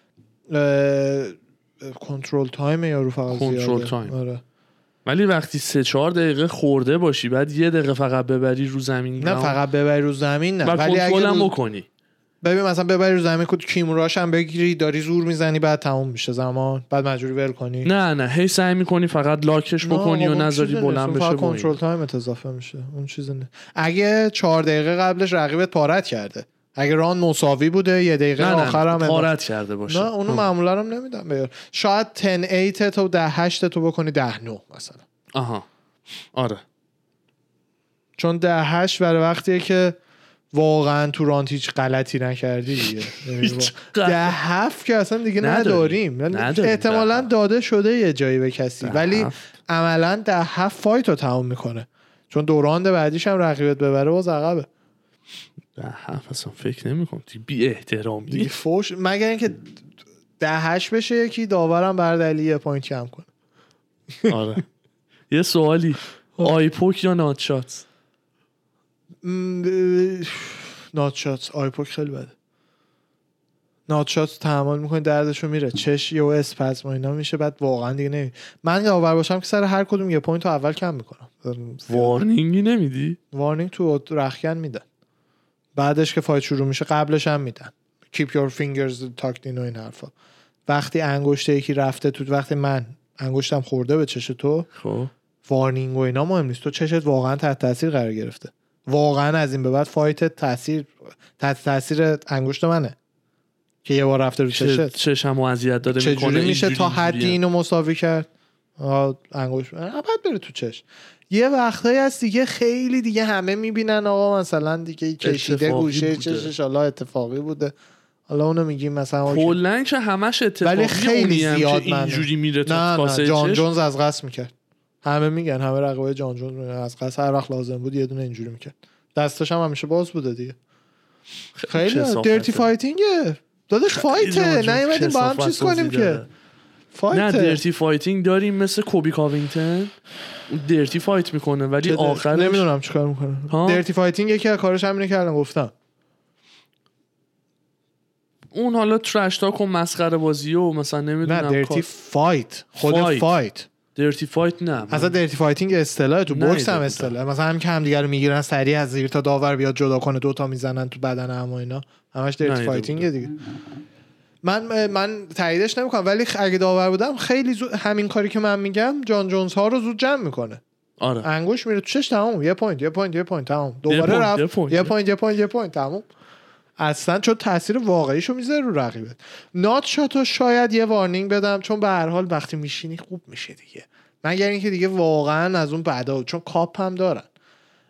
کنترل تایم یارو فقط زیاده. آره. ولی وقتی 3-4 دقیقه خورده باشی بعد 1 دقیقه فقط ببری رو زمین، نه فقط ببری رو زمین نه، ولی اگه بکنی ببین مثلا ببری رو زمین که کیموراش هم بگیری داری زور میزنی بعد تموم میشه زمان، بعد مجبوری ول کنی. نه هی سعی میکنی فقط لاکش بکنی و نذاری بلند بشه. فقط کنترل تایم اضافه میشه. اون چیز نه. اگه 4 دقیقه قبلش رقیبت پارت کرده، اگه ران مساوی بوده 1 دقیقه آخر هم پارت کرده باشه، نه اونو معمولا هم نمیدم بیار. شاید 10-8 تو 10-8 تو بکنی 10-9 مثلا. آها آره، چون 10-8 برای وقتیه که واقعا تو راند هیچ غلطی نکردی دیگه. 10-7 که اصلا دیگه نداریم. احتمالاً داده شده یه جایی به کسی، ولی عملاً 10-7 فایت رو تموم میکنه، چون دو راند بعدیش هم رقیبت ببره باز عقبه. 10-7 اصلا فکر نمیکنم بی احترامی دیگه فوش، مگر اینکه 10-8 بشه یکی داورم بر دلیل یه پوینت کم کنه. آره. یه سوالی، آیپوک یا نات شات؟ نات شات. آیپوک خیلی بده. نات شات تحمل میکنی دردشو میره، چش یه اسپازم و اینا میشه، بعد واقعا دیگه نمی. من داور باشم که سر هر کدوم یه پوینت رو اول کم میکنم. وارنینگی نمیدی؟ وارنینگ تو رخکن میدن، بعدش که فایت شروع میشه قبلش هم میدن keep your fingers tucked in و این حرفا. وقتی انگشت یکی رفته تو، وقتی من انگشتم خورده به چش تو، خب وارنینگ و اینا مهم نیست، تو چشت واقعا تحت تاثیر قرار گرفته، واقعا از این به بعد فایت تحت تاثیر انگشت منه که یه بار رفته رو چشت. چشمو اذیت داره میکنه. چجوری میشه تا حدی اینو مساوی کرد؟ انگشت بعد بره تو چش. یه وقتایی هست دیگه خیلی دیگه همه میبینن آقا مثلا دیگه کشیده گوشه چشش، حالا اتفاقی بوده، حالا اونو میگیم مثلا کلا که همش اتفاقی، ولی خیلی زیاد اینجوری میره تو کاسه چش. جان جونز از قصد میکرد، همه میگن، همه رقیبای جان جونز از قصد هر وقت لازم بود یه دونه اینجوری میکرد، دستش هم همیشه باز بوده دیگه. خیلی درتی فایتینگه داداش، فایته نیومدیم با هم چیز کنیم که فایت. نه درتی فایتینگ داریم مثل کوبی کاوینگتن، درتی فایت میکنه ولی آخرش نمیدونم چیکار میکنه. درتی فایتینگ یکی از کارش همینه که الان گفتم. اون حالا ترش تاک و مسخره بازی و مثلا نمیدونم. نه درتی فایت خود فایت. درتی فایت نه اصلا درتی فایتینگ اصطلاح تو بوکس هم اصطلاح، مثلا هم که هم دیگه رو میگیرن سریع از زیر تا داور بیاد جدا کنه، دوتا میزنن تو بدن هم و اینا، همش درتی فایتینگ دیگه. من تاییدش نمیکنم، ولی اگه داور بودم خیلی زود همین کاری که من میگم جان جونز ها رو زود جمع میکنه. آره انگوش میره تو چش، تمام، یه پوینت تمام، دوباره رفت یه پوینت تمام. اصلا چون تاثیر واقعیشو میذاره رو رقیبت. نات شاتو شاید یه وارنینگ بدم، چون به هر حال وقتی میشینی خوب میشه دیگه، مگر اینکه دیگه واقعا از اون بعدا، چون کاپ هم دارن،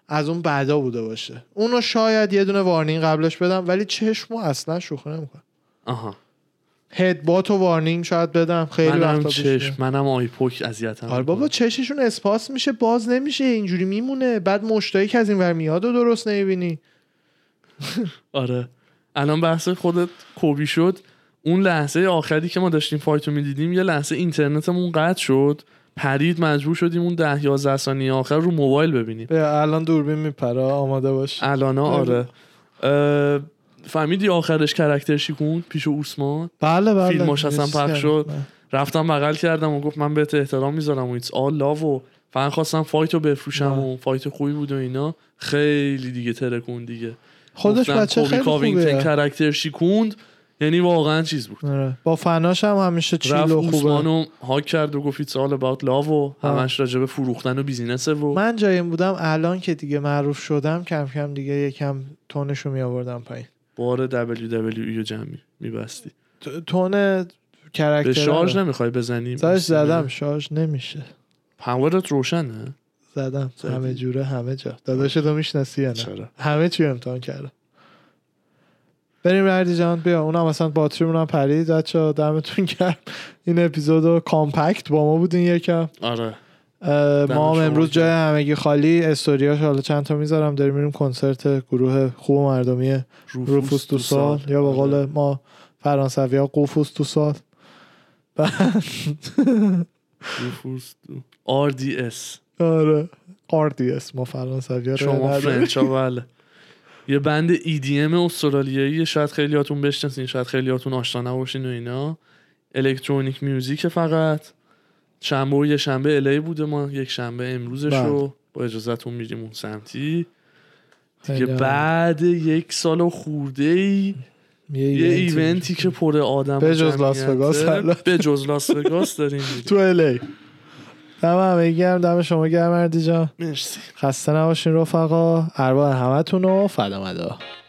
از اون بعدا بوده باشه. اونو شاید یه دونه وارنینگ قبلش بدم، ولی چشمو اصلا شوخی نمیکنم. آها هدبات و وارنینگ شاید بدم. خیلی وقتا چشم منم آیپوک اذیتم. آره بابا چششون اسپاس میشه، باز نمیشه، اینجوری میمونه، بعد مشتایی که از این ور میاد و درست نمیبینی. آره الان بحث خودت کوبی شد. اون لحظه آخری که ما داشتیم فایتو میدیدیم یه لحظه اینترنتمون قطع شد، پرید مجبور شدیم اون 10-11 ثانیه آخر رو موبایل ببینیم. الان دوربین میپره، آماده باش. الان آره. فهمیدی آخرش کرکتر شیکون پیش اوسمان؟ بله فیلماش اصلا پخش شد. رفتم بغل کردم و گفت من بهت احترام میذارم و ایتس آل لاو و فقط خواستم فایتو بفروشم و فایت خوبی بود و اینا. خیلی دیگه ترکون دیگه خودش بچه خیلی خوبه. کرکتر شیکوند، یعنی واقعا چیز بود. با فناش هم همیشه چیل و خوبه. اوسمانو هاک کرد و گفت ایتس آل اباوت لاو و همش راجع به فروختن و بیزینسه. و من جایم بودم الان که دیگه معروف شدم کم کم دیگه یکم تونشو می آوردم پایین. بار WWE جمعی میبستی. تون کرکتر به شارژ نمیخوای بزنیم؟ زدم شارژ نمیشه. پاورت روشنه؟ زدم همه جوره همه جا. داداشتو میشناسی یا نه؟ همه چی امتحان کردم. بریم مردی جان بیا. اونم مثلا باتریمون هم پرید. بچه‌ها دمتون گرم. این اپیزودو کامپکت با ما بودین یکم. آره ما هم امروز جای همگی خالی. استوریاش حالا چند تا میذارم. داریم میریم کنسرت گروه خوب مردمی روفوس دو سال، یا به قول ما فرانسوی‌ها قوفوس دو سال. روفوس دو RDS. آره RDS ما فرانسوی‌ها رو شما فرنچا. بله یه بند EDM استرالیایی، شاید خیلیاتون بشناسین شاید خیلیاتون آشنا نباشین و اینا. الکترونیک میوزیک. فقط شنبه و یه شنبه الی بوده، ما یک شنبه امروزشو با اجازهتون میریم اون سمتی دیگه. بعد 1 سال و خورده‌ای یه ایونتی که پر آدم به جز لاس وگاس به جز لاس وگاس داریم تو الی. دم همه گرم، دم شما گرم مردی جان. مرسی. خسته نباشین رفقا. ارواح همتون رو فدا مدا.